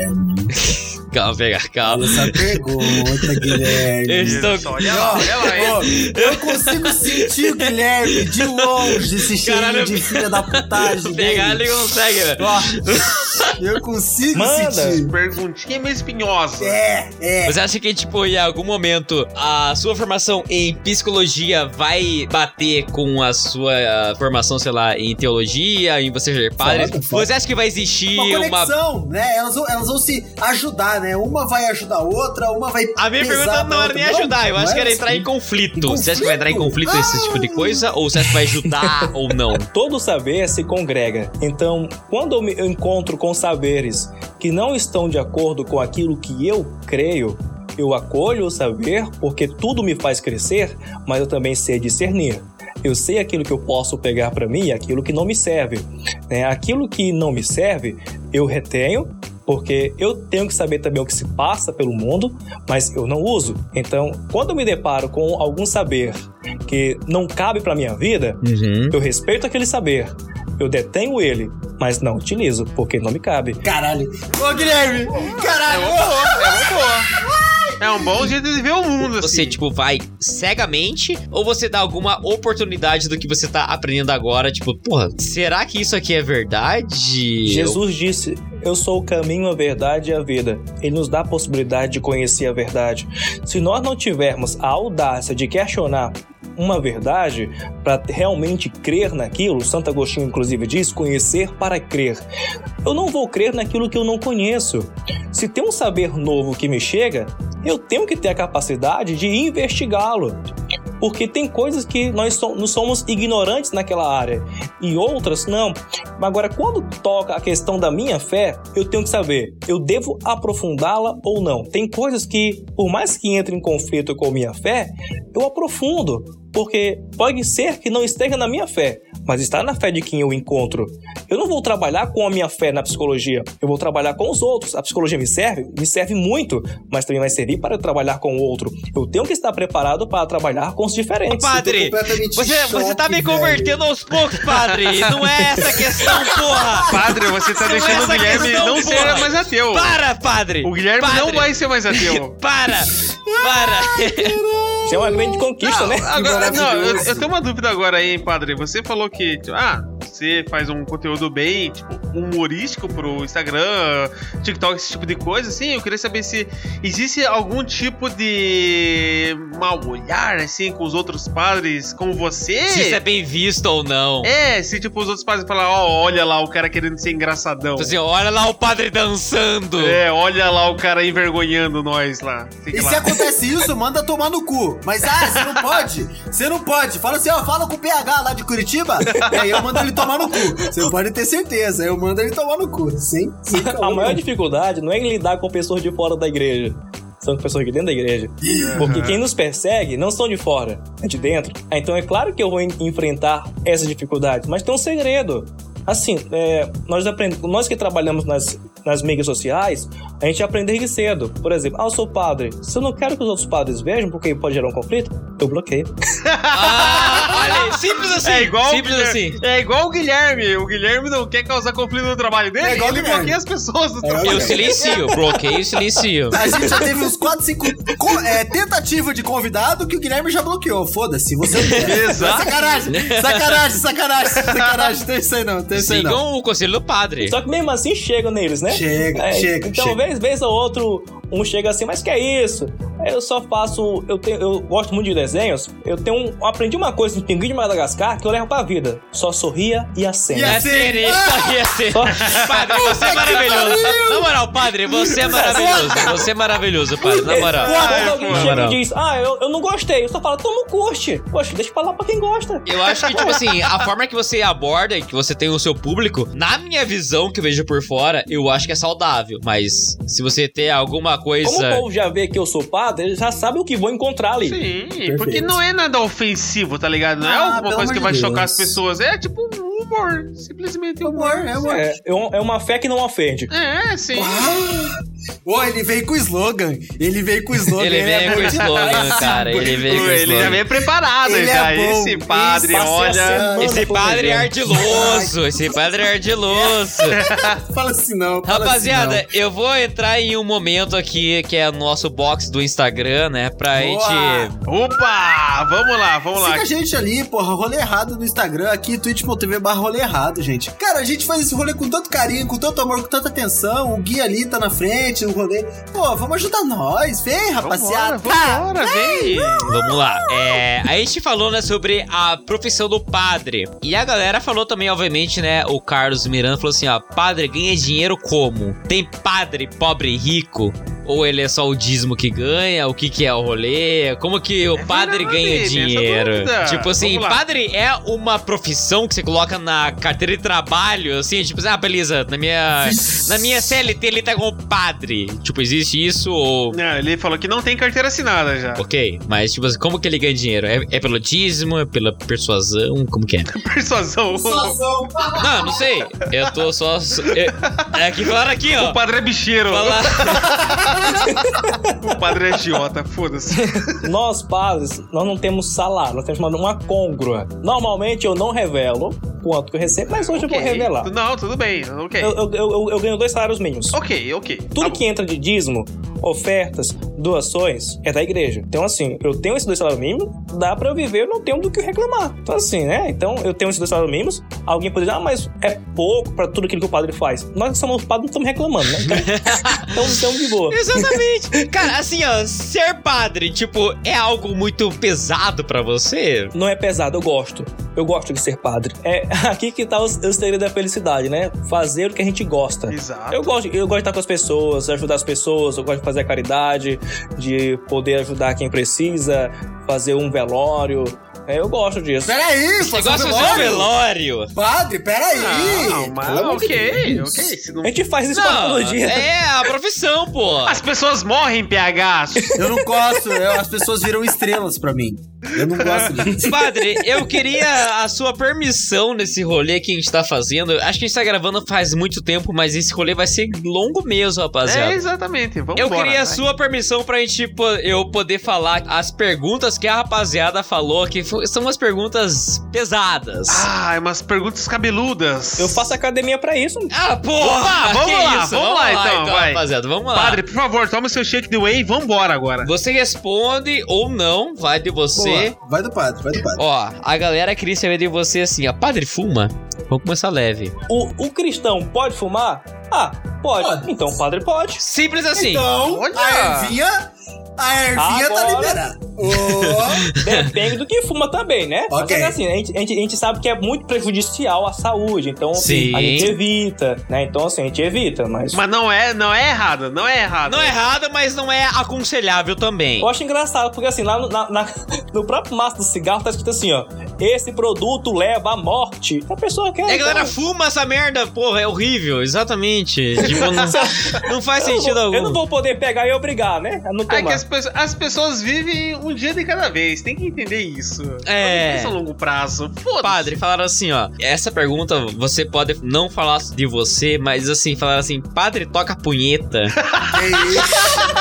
Calma. Essa pergunta, Guilherme. Olha lá. Eu consigo sentir o Guilherme de longe, esse cheirinho de filha da putagem. Pegar ele consegue, velho. Eu consigo sentir. Perguntinha meio espinhosa. Você acha que, tipo, em algum momento a sua formação em psicologia vai bater com a sua formação, sei lá, em teologia, em você ser padre? Você acha que vai existir uma conexão, né? Elas vão se ajudar, né? Uma vai ajudar a outra, uma vai... A minha pergunta não era nem ajudar, eu acho que era entrar em conflito. Você acha que vai entrar em conflito esse tipo de coisa? Ou você acha que vai ajudar ou não? Todo saber se congrega. Então, quando eu encontro com saberes que não estão de acordo com aquilo que eu creio, eu acolho o saber porque tudo me faz crescer, mas eu também sei discernir. Eu sei aquilo que eu posso pegar para mim e aquilo que não me serve. Aquilo que não me serve, eu retenho, porque eu tenho que saber também o que se passa pelo mundo, mas eu não uso. Então, quando eu me deparo com algum saber que não cabe para minha vida, eu respeito aquele saber, eu detenho ele, mas não utilizo, porque não me cabe. Caralho. Ô, Guilherme! Caralho! É uma boa. É um bom jeito de ver o mundo, assim. Você, tipo, vai cegamente ou você dá alguma oportunidade do que você tá aprendendo agora? Tipo, porra, será que isso aqui é verdade? Jesus disse, eu sou o caminho, a verdade e a vida. Ele nos dá a possibilidade de conhecer a verdade. Se nós não tivermos a audácia de questionar uma verdade para realmente crer naquilo, Santo Agostinho inclusive diz, conhecer para crer. Eu não vou crer naquilo que eu não conheço. Se tem um saber novo que me chega, eu tenho que ter a capacidade de investigá-lo. porque tem coisas que nós somos ignorantes naquela área e outras não. Agora, quando toca a questão da minha fé, eu tenho que saber, eu devo aprofundá-la ou não. Tem coisas que, por mais que entre em conflito com a minha fé, eu aprofundo, porque pode ser que não esteja na minha fé, mas está na fé de quem eu encontro. Eu não vou trabalhar com a minha fé na psicologia, eu vou trabalhar com os outros. A psicologia me serve muito, mas também vai servir para eu trabalhar com o outro. Eu tenho que estar preparado para trabalhar com os diferentes. Padre, você tá me convertendo aos poucos, padre. Não é essa questão, porra. Padre, você tá deixando o Guilherme não ser mais ateu. Para, padre. O Guilherme não vai ser mais ateu. Para. Isso é uma grande conquista, né? Agora, eu tenho uma dúvida agora aí, padre. Você falou que, você faz um conteúdo bem, humorístico pro Instagram, TikTok, esse tipo de coisa, assim. Eu queria saber se existe algum tipo de mau olhar, assim, com os outros padres, com você. Se isso é bem visto ou não. Se, os outros padres falam, olha lá o cara querendo ser engraçadão. Assim, olha lá o padre dançando. Olha lá o cara envergonhando nós lá. E se acontece isso, manda tomar no cu. Mas, você não pode. Você não pode. Fala assim, fala com o PH lá de Curitiba, e aí eu mando ele tomar no cu. Você pode ter certeza. Eu mando ele tomar no cu. Sim. A maior dificuldade não é lidar com pessoas de fora da igreja. São pessoas aqui dentro da igreja. Porque quem nos persegue não são de fora, é de dentro. Então é claro que eu vou enfrentar essas dificuldades, mas tem um segredo. Assim, nós que trabalhamos nas mídias sociais, a gente aprende desde cedo. Por exemplo, eu sou padre. Se eu não quero que os outros padres vejam, porque pode gerar um conflito, eu bloqueio. Olha, simples assim. É igual o Guilherme. O Guilherme não quer causar conflito no trabalho dele, ele bloqueia as pessoas do trabalho. Eu silencio, bloqueio e silencio. A gente já teve uns 4, 5 tentativas de convidado que o Guilherme já bloqueou. Foda-se, você não quer. Exato. Sacanagem. Tem isso aí não. Sigam o conselho do padre. Só que mesmo assim chegam neles, né? Chega. Então, vez ou outro, um chega assim, mas que é isso? Eu só faço... Eu gosto muito de desenhos. Aprendi uma coisa no Pinguim de Madagascar que eu levo pra vida. Só sorria e acena. E acena. Padre, você é maravilhoso. Na moral, padre, você é maravilhoso. Você é maravilhoso, padre, na moral. Quando alguém chega e diz, eu não gostei, eu só falo, tu não curte. Poxa, deixa pra lá pra quem gosta. Eu acho que, assim, a forma que você aborda e que você tem o seu público, na minha visão, que eu vejo por fora, eu acho que é saudável. Mas se você ter alguma coisa... Como o povo já vê que eu sou padre, eles já sabem o que vão encontrar ali. Sim, porque não é nada ofensivo, tá ligado? Não é alguma coisa que vai chocar as pessoas. É tipo um humor. Simplesmente humor. É uma fé que não ofende. Sim. Ele veio com o slogan. Ele veio com o slogan, cara. Ele já veio preparado. Esse padre, olha... Esse padre é ardiloso. Fala assim não. Rapaziada, eu vou entrar em um momento aqui, que é o nosso box do Instagram, né? Pra gente... Opa! Vamos lá. Siga a gente ali, porra. Rolê errado no Instagram, aqui, twitch.tv/rolê errado, gente. Cara, a gente faz esse rolê com tanto carinho, com tanto amor, com tanta atenção. O Gui ali tá na frente, o rolê. Pô, vamos ajudar nós. Vem, rapaziada. Vambora, vem. Vamos lá. A gente falou, né, sobre a profissão do padre. E a galera falou também, obviamente, né, o Carlos Miranda falou assim, padre ganha dinheiro como? Tem padre pobre e rico? Ou ele é só o dízimo que ganha? O que é o rolê? Como que o padre ganha dinheiro? Tipo assim, padre é uma profissão que você coloca na carteira de trabalho, assim, tipo assim, beleza, na minha CLT ele tá como padre. Tipo, existe isso ou... Não, ele falou que não tem carteira assinada já. Ok, mas tipo assim, como que ele ganha dinheiro? É pelo dízimo? É pela persuasão? Como que é? Persuasão. Não sei. Eu tô só... É que falaram aqui, ó. O padre é bicheiro. O padre é agiota, foda-se. Nós, padres, nós não temos salário, nós temos uma côngrua. Normalmente eu não revelo quanto que eu recebo, mas hoje eu vou revelar. Não, tudo bem, ok. Eu ganho 2 salários mínimos. Ok. Tudo que entra de dízimo, ofertas, doações, é da igreja. Então, assim, eu tenho esses 2 salários mínimos, dá pra eu viver, eu não tenho do que reclamar. Então, assim, né? Então, eu tenho esses 2 salários mínimos, alguém pode dizer, mas é pouco pra tudo aquilo que o padre faz. Nós que somos padres não estamos reclamando, né? Então, estamos de boa. Exatamente. Cara, assim, ser padre, tipo, é algo muito pesado pra você? Não é pesado, eu gosto. eu gosto de ser padre. É aqui que tá o segredo da felicidade, né? Fazer o que a gente gosta. Exato. Eu gosto de estar com as pessoas, ajudar as pessoas, eu gosto de fazer a caridade, de poder ajudar quem precisa, fazer um velório. Eu gosto disso. Peraí, Você gosta de fazer um velório? Padre, peraí. Não, mas ok. Se não... A gente faz isso todo dia. É a profissão, pô. As pessoas morrem, PH. Eu não gosto, as pessoas viram estrelas pra mim. Eu não gosto disso. Padre, eu queria a sua permissão nesse rolê que a gente tá fazendo. Acho que a gente tá gravando faz muito tempo, mas esse rolê vai ser longo mesmo, rapaziada. Exatamente. Vamos Eu embora, queria a vai. sua permissão pra gente eu poder falar as perguntas que a rapaziada falou, que são umas perguntas pesadas. Ah, umas perguntas cabeludas. Eu faço academia pra isso. Ah, porra! Vamos que lá, isso? vamos lá, então, vai. Rapaziada, vamos lá. Padre, por favor, toma o seu shake de whey e vambora agora. Você responde ou não, vai de você. Boa, vai do padre. Ó, a galera queria saber de você assim, ó. Padre, fuma? Vamos começar leve. O cristão pode fumar? Ah, pode. Então o padre pode. Simples assim. Então, Olha. a ervinha tá Agora- liberada. Depende do que fuma também, né? Ok. Mas assim, a gente sabe que é muito prejudicial à saúde, então Sim. a gente evita, né? Então assim, a gente evita, mas... Mas não é errado, não é errado. Não é errado, mas não é aconselhável também. Eu acho engraçado, porque assim, lá no próprio maço do cigarro tá escrito assim, ó: esse produto leva à morte. A pessoa quer... A galera então, fuma essa merda, porra, é horrível, exatamente. Tipo, não faz sentido algum. eu não vou poder pegar e obrigar, né? A não É que tomar. as pessoas vivem um dia de cada vez, tem que entender isso. É. Não pensa a longo prazo. Foda-se. Padre, falaram assim, ó. Essa pergunta você pode não falar de você, mas assim, falaram assim: Padre, toca punheta. Que isso?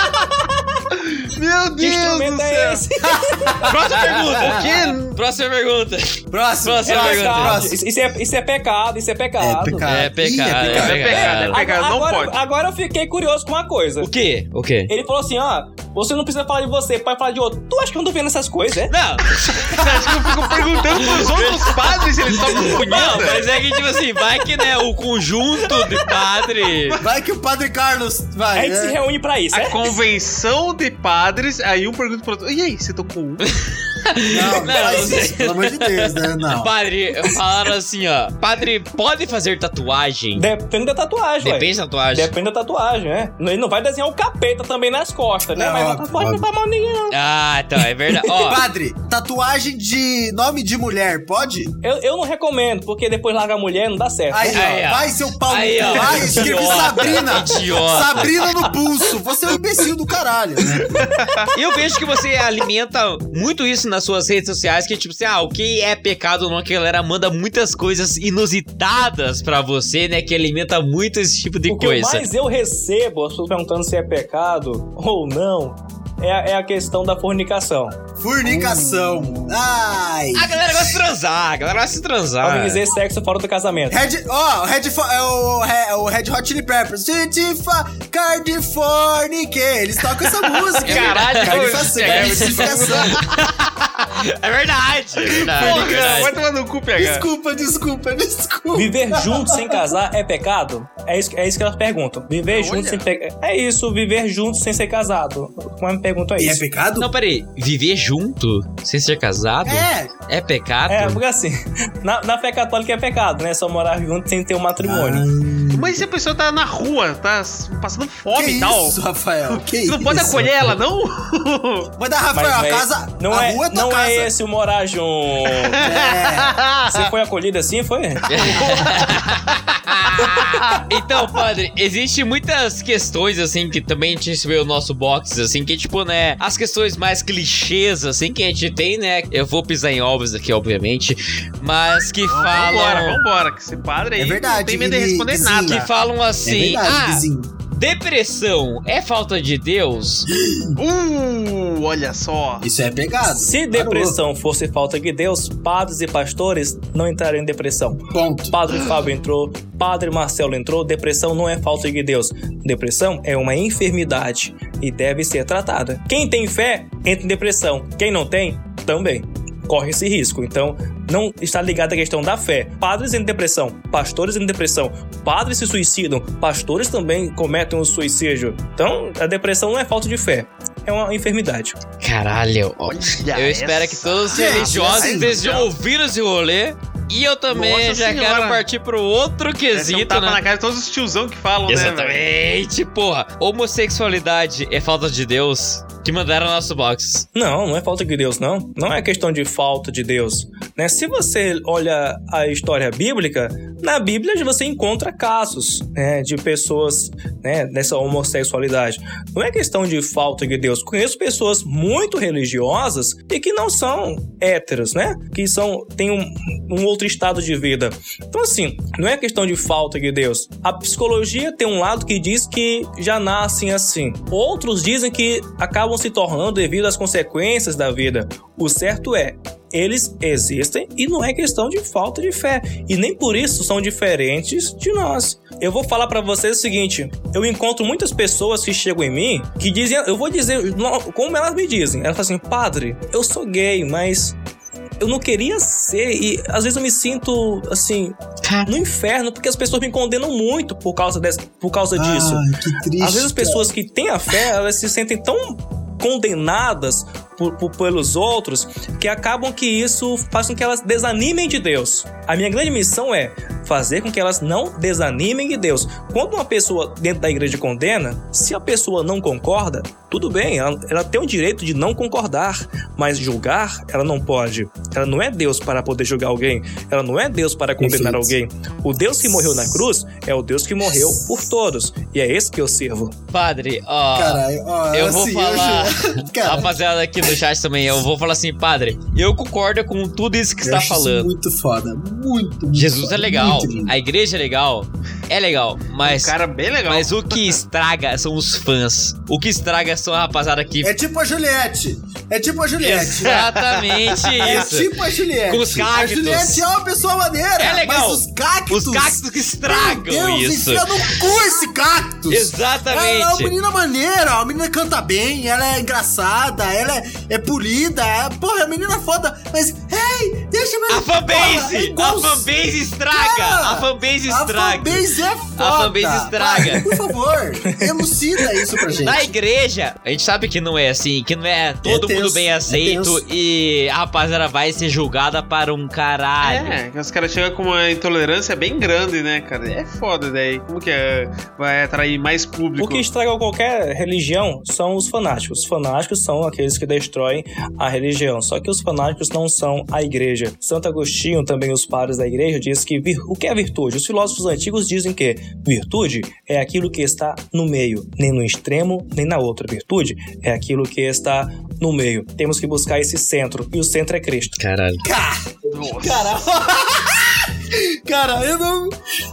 Meu Que Deus instrumento do é céu. esse? Próxima pergunta. O quê? Próxima pergunta. Próximo. Próxima É pergunta. pecado. Isso é pecado, isso é pecado. É pecado, É pecado, é pecado, não agora, pode. agora eu fiquei curioso com uma coisa. O quê? O quê? Ele falou assim, você não precisa falar de você, pode falar de outro. Tu acha que eu não tô vendo essas coisas, é? Não, Você acha que eu fico perguntando pros outros padres se eles tocam não, punheta? mas é que tipo assim, vai que, né, o conjunto de padre... Vai que o Padre Carlos vai. A gente se reúne pra isso, A é? convenção de padres, aí um pergunta pro outro: e aí, você tocou um? Não, Não, faz não isso, sei. pelo amor de Deus, né? Não. Padre, falaram assim, ó. Padre, pode fazer tatuagem? Depende da tatuagem, ué. Depende da tatuagem. Depende da tatuagem, né? Ele não vai desenhar o capeta também nas costas, né? É, Mas a óbvio, tatuagem não óbvio. tá mal ninguém, não. Ah, então, é verdade. Ó, Padre, tatuagem de nome de mulher, pode? Eu não recomendo, porque depois larga a mulher, não dá certo. Aí, Aí, ó. ó. Vai, seu pau. Aí, ó. Vai, escrevi Idiota, Sabrina. idiota. Sabrina no pulso. Você é um imbecil do caralho, né? eu vejo que você alimenta muito isso nas suas redes sociais, que tipo assim, o que é pecado ou não, que a galera manda muitas coisas inusitadas pra você, né, que alimenta muito esse tipo de O que coisa. mais eu recebo, as pessoas perguntando se é pecado ou não, é a questão da fornicação. Fornicação. Ai. A galera gosta de transar, a galera gosta de transar. Podem dizer sexo fora do casamento. O Red Hot Chili Peppers. Cardifornique. Eles tocam essa música. Caralho, Cardificação. É verdade, é verdade. Porra, é verdade. vai tomar no cu, PH. Desculpa. Viver junto sem casar é pecado? É isso que elas perguntam. Viver junto sem É isso, viver junto sem ser casado. Como me perguntam E é isso? pecado? Não, peraí, viver junto sem ser casado? É. É pecado? É, porque assim, na fé católica é pecado, né? Só morar junto sem ter um matrimônio. Mas se a pessoa tá na rua, tá passando fome Que e tal, isso, Rafael? Que você isso? não pode acolher ela, não? Mas da Rafael, a casa. Não a é, rua é tua não casa. é esse o morar junto. É. Você foi acolhido assim, foi? Então, padre, existe muitas questões, assim, que também a gente vê o nosso box, assim, que, tipo, né, as questões mais clichês, assim, que a gente tem, né, eu vou pisar em ovos aqui, obviamente, mas que falam... Vambora, que esse padre aí É verdade, não tem medo de ele- responder sim. nada. Que falam É assim, verdade, vizinho. depressão é falta de Deus? Olha só. Isso é pecado. Se depressão fosse falta de Deus, padres e pastores não entrariam em depressão. Ponto. Padre Fábio entrou, Padre Marcelo entrou. Depressão não é falta de Deus. Depressão é uma enfermidade e deve ser tratada. Quem tem fé entra em depressão. Quem não tem, também corre esse risco. Então, não está ligado à questão da fé. Padres em depressão, pastores em depressão, padres se suicidam, pastores também cometem o suicídio. Então, a depressão não é falta de fé, é uma enfermidade. Caralho. Eu espero que todos os religiosos estejam ouvindo esse rolê. E eu também Nossa já senhora. quero partir pro outro quesito, um tapa né? na cara de todos os tiozão que falam, né, velho? Exatamente, porra. Homossexualidade é falta de Deus? Que mandaram no nosso box. Não é falta de Deus, não. Não é questão de falta de Deus. Né? Se você olha a história bíblica, na Bíblia você encontra casos, né, de pessoas, né, nessa homossexualidade. Não é questão de falta de Deus. Conheço pessoas muito religiosas e que não são héteros, né? Que têm um outro estado de vida. Então, assim, não é questão de falta de Deus. A psicologia tem um lado que diz que já nascem assim. Outros dizem que acabam se tornando devido às consequências da vida. O certo é, eles existem e não é questão de falta de fé. E nem por isso são diferentes de nós. Eu vou falar pra vocês o seguinte, eu encontro muitas pessoas que chegam em mim que dizem, eu vou dizer como elas me dizem. Elas falam assim, padre, eu sou gay, mas eu não queria ser, e às vezes eu me sinto, assim, no inferno, porque as pessoas me condenam muito por causa disso. Que triste. Às vezes as pessoas que têm a fé, elas se sentem tão condenadas pelos outros, que acabam que isso faz com que elas desanimem de Deus. A minha grande missão é fazer com que elas não desanimem de Deus. Quando uma pessoa dentro da igreja condena, se a pessoa não concorda, tudo bem, ela tem o direito de não concordar, mas julgar, ela não pode. Ela não é Deus para poder julgar alguém, ela não é Deus para condenar alguém. O Deus que morreu na cruz é o Deus que morreu por todos, e é esse que eu sirvo. Padre, ó, Caralho, ó, eu assim, vou falar, Cara, rapaziada aqui no chat também, eu vou falar assim, padre, eu concordo com tudo isso que você tá acho isso falando. muito foda, muito Jesus foda, é legal, muito lindo. a igreja é legal, mas... Um cara bem legal. Mas o que estraga são os fãs. O que estraga são a rapaziada que... É tipo a Juliette. Exatamente É isso. tipo a Juliette. Com os cactos. A Juliette é uma pessoa maneira. É legal. Mas os cactos que estragam meu Deus, isso. enfia no cu esse cactus. Exatamente. Ela é uma menina maneira, a menina canta bem, ela é engraçada, ela é polida. Porra, a menina é foda. Mas, hey, deixa eu... A fanbase! Porra, A fanbase estraga! Cara, A fanbase A estraga! fanbase é foda. A fanbase estraga. Vai, por favor, elucida isso pra gente. Na igreja, a gente sabe que não é assim, que não é todo tenso, mundo bem aceito tenso. e a rapaziada vai ser julgada para um caralho. É, que os caras chegam com uma intolerância bem grande, né, cara? É foda daí. Como que vai atrair mais público? O que estraga qualquer religião são os fanáticos. Os fanáticos são aqueles que destroem a religião. Só que os fanáticos não são a igreja. Santo Agostinho, também os padres da igreja, diz que o que é virtude? Os filósofos antigos dizem que virtude é aquilo que está no meio, nem no extremo, nem na outra. Virtude é aquilo que está no meio. Temos que buscar esse centro, e o centro é Cristo. Caralho. Cara, cara, eu não...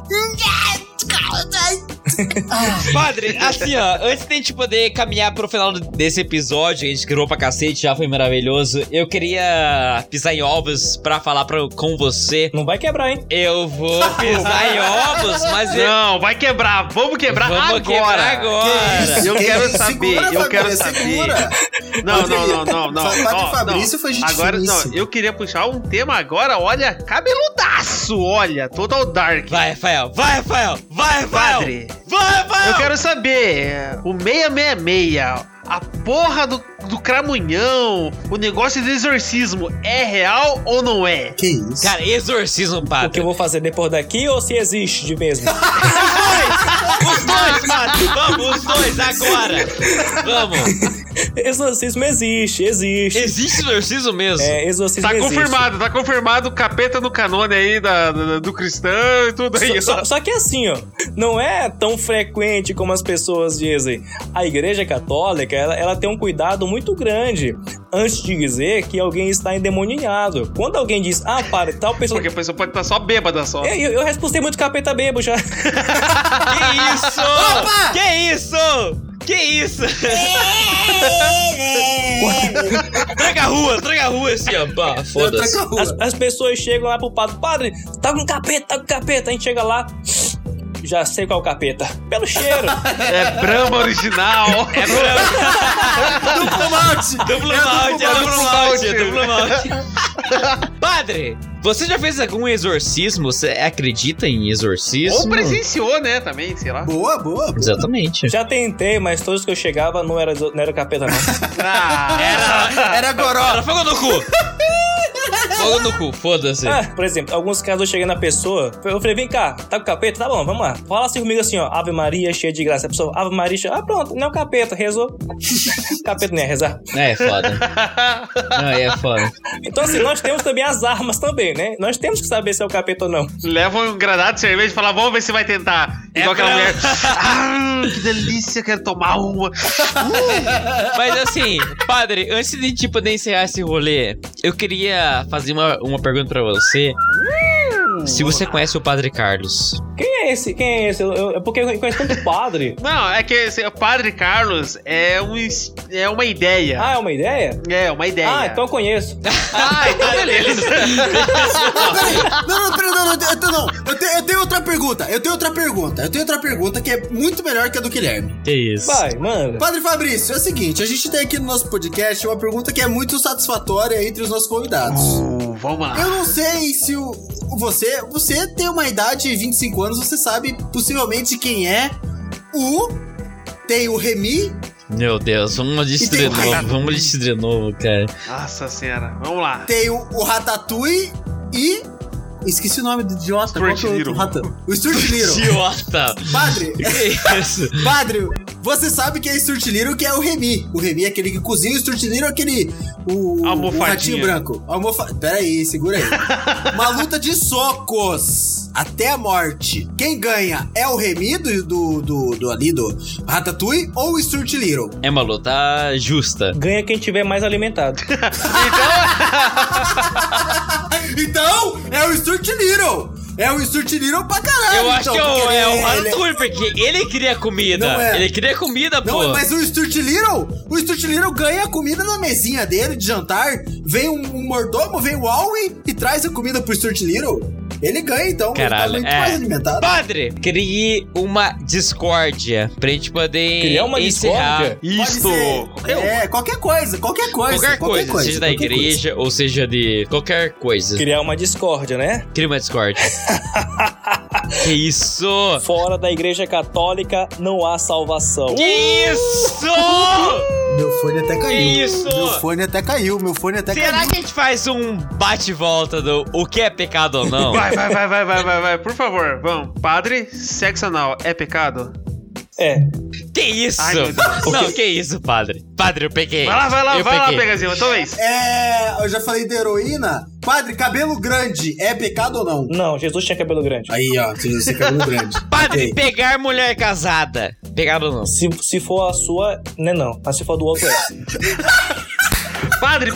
Padre, assim, ó, antes de a gente poder caminhar pro final desse episódio, a gente criou pra cacete, já foi maravilhoso. Eu queria pisar em ovos pra falar com você. Não vai quebrar, hein? Eu vou pisar em ovos, mas Não, vai quebrar. Vamos quebrar Vamos agora. quebrar agora. Eu quero Segura, saber, eu quero Fabrício, saber. segura. Não. Padre Fabrício foi gente Agora, finíssima. não, eu queria puxar um tema agora, olha, cabeludaço, olha, total dark. Vai, Rafael. Padre, Vai, Rafael. eu quero saber, o 666, a porra do cramunhão, o negócio do exorcismo, é real ou não é? Que isso? Cara, exorcismo, O que padre. eu vou fazer depois daqui ou se existe de mesmo? Os dois, padre. Vamos, os dois, agora. Vamos. Exorcismo existe. Existe exorcismo mesmo? É, exorcismo Tá existe. confirmado, o capeta no canone aí do cristão e tudo aí. Só que assim, ó, não é tão frequente como as pessoas dizem. A Igreja Católica, ela tem um cuidado muito grande antes de dizer que alguém está endemoniado. Quando alguém diz, para tal pessoa... Porque a pessoa pode estar só bêbada só. Eu respostei muito capeta bebo já. Que isso? Opa! Que isso? Que isso? Tranca a rua assim, ó. Pá, foda-se. As pessoas chegam lá pro padre, tá com capeta. A gente chega lá, Já sei qual é o capeta. Pelo cheiro. É Brahma original. É branco. Duplo malte! Duplo malte. Padre, você já fez algum exorcismo? Você acredita em exorcismo? Ou presenciou, né, também, sei lá. Boa. Exatamente. Já tentei, mas todos que eu chegava não era capeta, não. Era goró. Era fogo no cu. Fogo no cu, foda-se. Por exemplo, alguns casos eu cheguei na pessoa, eu falei, vem cá, tá com capeta? Tá bom, vamos lá. Fala assim comigo assim, ó, Ave Maria, cheia de graça. A pessoa, Ave Maria, cheia... pronto, não é o capeta, rezou. Capeta nem é rezar. É foda. Não, é foda. Então assim, nós temos também as armas também, né? Nós temos que saber se é o capeta ou não. Leva um granado de cerveja e fala, vamos ver se vai tentar. Igual aquela mulher. Que delícia, quero tomar uma. Mas assim, padre, antes de tipo, de encerrar esse rolê, eu queria fazer uma pergunta pra você. Se você conhece o Padre Carlos. Quem é esse? Porque eu conheço tanto padre. Não, é que o Padre Carlos é uma ideia. Ah, é uma ideia? É, uma ideia. Ah, então eu conheço. Então beleza. Não. Eu tenho outra pergunta que é muito melhor que a do Guilherme. Que isso? Vai, mano. Padre Fabrício, é o seguinte, a gente tem aqui no nosso podcast uma pergunta que é muito satisfatória entre os nossos convidados. Vamos lá. Eu não sei se você tem uma idade de 25 anos, você sabe possivelmente quem é tem o Remy. Meu Deus, vamos de de novo, cara. Nossa senhora, vamos lá. Tem o Ratatouille e... Esqueci o nome do idiota. Qual que é o outro rato? O Stuart Little. Idiota. Padre. Que isso? Padre, você sabe que é Stuart Little, que é o Remy. O Remy é aquele que cozinha, o Stuart Little é aquele... O ratinho branco. Pera aí, segura aí. Uma luta de socos até a morte. Quem ganha é o Remy do Ratatouille ou o Stuart Little? É uma luta justa. Ganha quem tiver mais alimentado. Então, é o Stuart Little. É o Stuart Little pra caralho. Eu acho então, que é o Ratatouille, porque ele cria comida. Não é. Ele cria comida, pô. Não, mas o Stuart Little ganha a comida na mesinha dele de jantar. Vem um mordomo, vem o Alwyn e traz a comida pro Stuart Little. Ele ganha, então. Caralho, ele tá muito mais alimentado. Padre, crie uma discórdia pra gente poder criar uma encerrar. discórdia? Qualquer coisa. Qualquer coisa, seja da igreja ou seja de qualquer coisa. Criar uma discórdia, né? Cria uma discórdia. Que isso? Fora da igreja católica não há salvação. Que isso? Meu fone até caiu. Que isso? Meu fone até caiu. Será que a gente faz um bate-volta do o que é pecado ou não? Vai, por favor, vamos. Padre, sexo anal é pecado? É. Que isso? Ai, meu Deus. Não, que isso, padre? Padre, eu peguei. Vai lá, Pegazinho, tua vez. Eu já falei da heroína. Padre, cabelo grande é pecado ou não? Não, Jesus tinha cabelo grande. Aí, ó, Jesus tem cabelo grande. Padre, Okay. pegar mulher casada. Pegado ou não? Se for a sua, né, não. Mas se for do outro, é. Padre.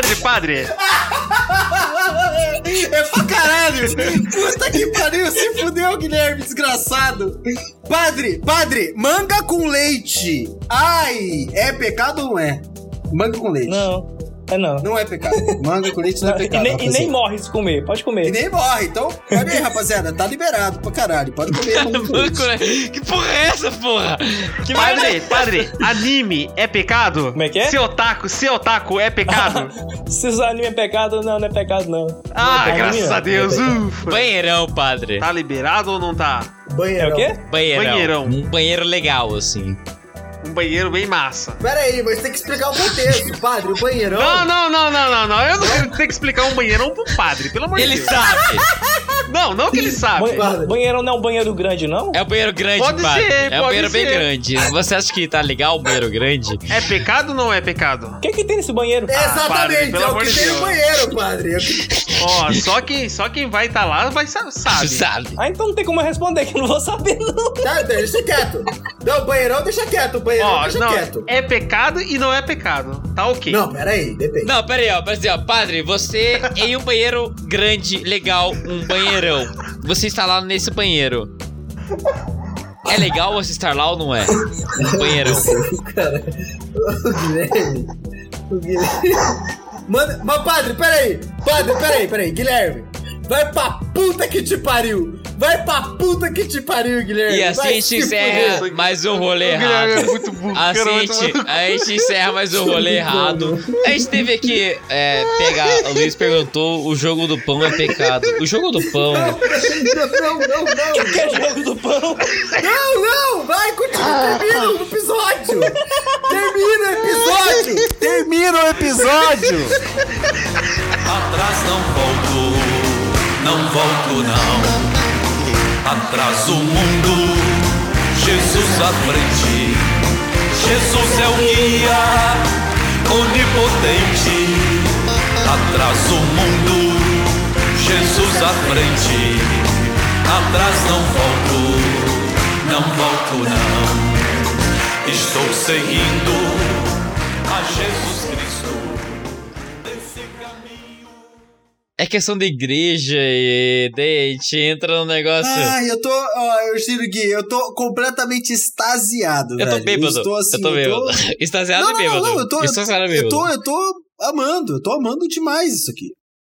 É pra caralho! Puta que pariu, se fudeu, Guilherme, desgraçado! Padre, manga com leite! Ai, é pecado ou não é? Manga com leite. Não, é não. Não é pecado. Manga com leite não é pecado. E nem morre se comer, pode comer. E nem morre, então pode ir, rapaziada, tá liberado pra caralho, pode comer manga com leite. Que porra é essa, porra? Que Padre, anime é pecado? Como é que é? Seu otaku é pecado? Se usar anime é pecado, não é pecado, não. Graças a Deus, ufa. Banheirão, padre. Tá liberado ou não tá? Banheirão. É o quê? Banheirão. Um banheiro legal, assim. Um banheiro bem massa. Pera aí, mas tem que explicar o contexto, padre, o banheirão... Não. Eu não quero ter que explicar um banheirão pro padre, pelo amor de Deus. Ele sabe. Não que ele sabe. Banheiro não é um banheiro grande, não? É um banheiro grande, Pode padre. ser, É um pode banheiro bem ser. grande. Você acha que tá legal o banheiro grande? É pecado ou não é pecado? O que tem nesse banheiro? Exatamente, padre, pelo é o amor que de tem no Deus. banheiro, padre. Ó, só quem vai estar lá sabe. Sabe. Ah, então não tem como eu responder, que eu não vou saber, não. Tá, deixa quieto. Não, o banheirão deixa quieto, o banheirão Ó, deixa não, quieto. é pecado e não é pecado. Tá ok. Não, pera aí, depende. Não, pera aí, ó. Mas assim, ó, padre, você em um banheiro grande, legal, um banheirão. Você está lá nesse banheiro. É legal você estar lá ou não é? Um banheirão. Cara, o Guilherme. Mas padre, peraí. Guilherme. Vai pra puta que te pariu. Vai pra puta que te pariu, Guilherme. E assim a gente encerra mais um rolê errado. É muito burro, Assim a gente encerra mais um rolê errado. A gente teve aqui pegar. O Luiz perguntou: o jogo do pão é pecado. O jogo do pão. Não. O que é jogo do pão? Não, vai, continua, termina o episódio. Termina o episódio. Atrás não volto não. Atrás o mundo, Jesus à frente. Jesus é o guia onipotente. Atrás o mundo, Jesus à frente. Atrás não volto não. Estou seguindo a Jesus Cristo. É questão de igreja e daí a gente entra no negócio. Ai, eu juro, Gui, eu tô completamente extasiado, Eu tô velho. bêbado. Eu tô bêbado. Extasiado e bêbado. Eu tô amando demais isso aqui.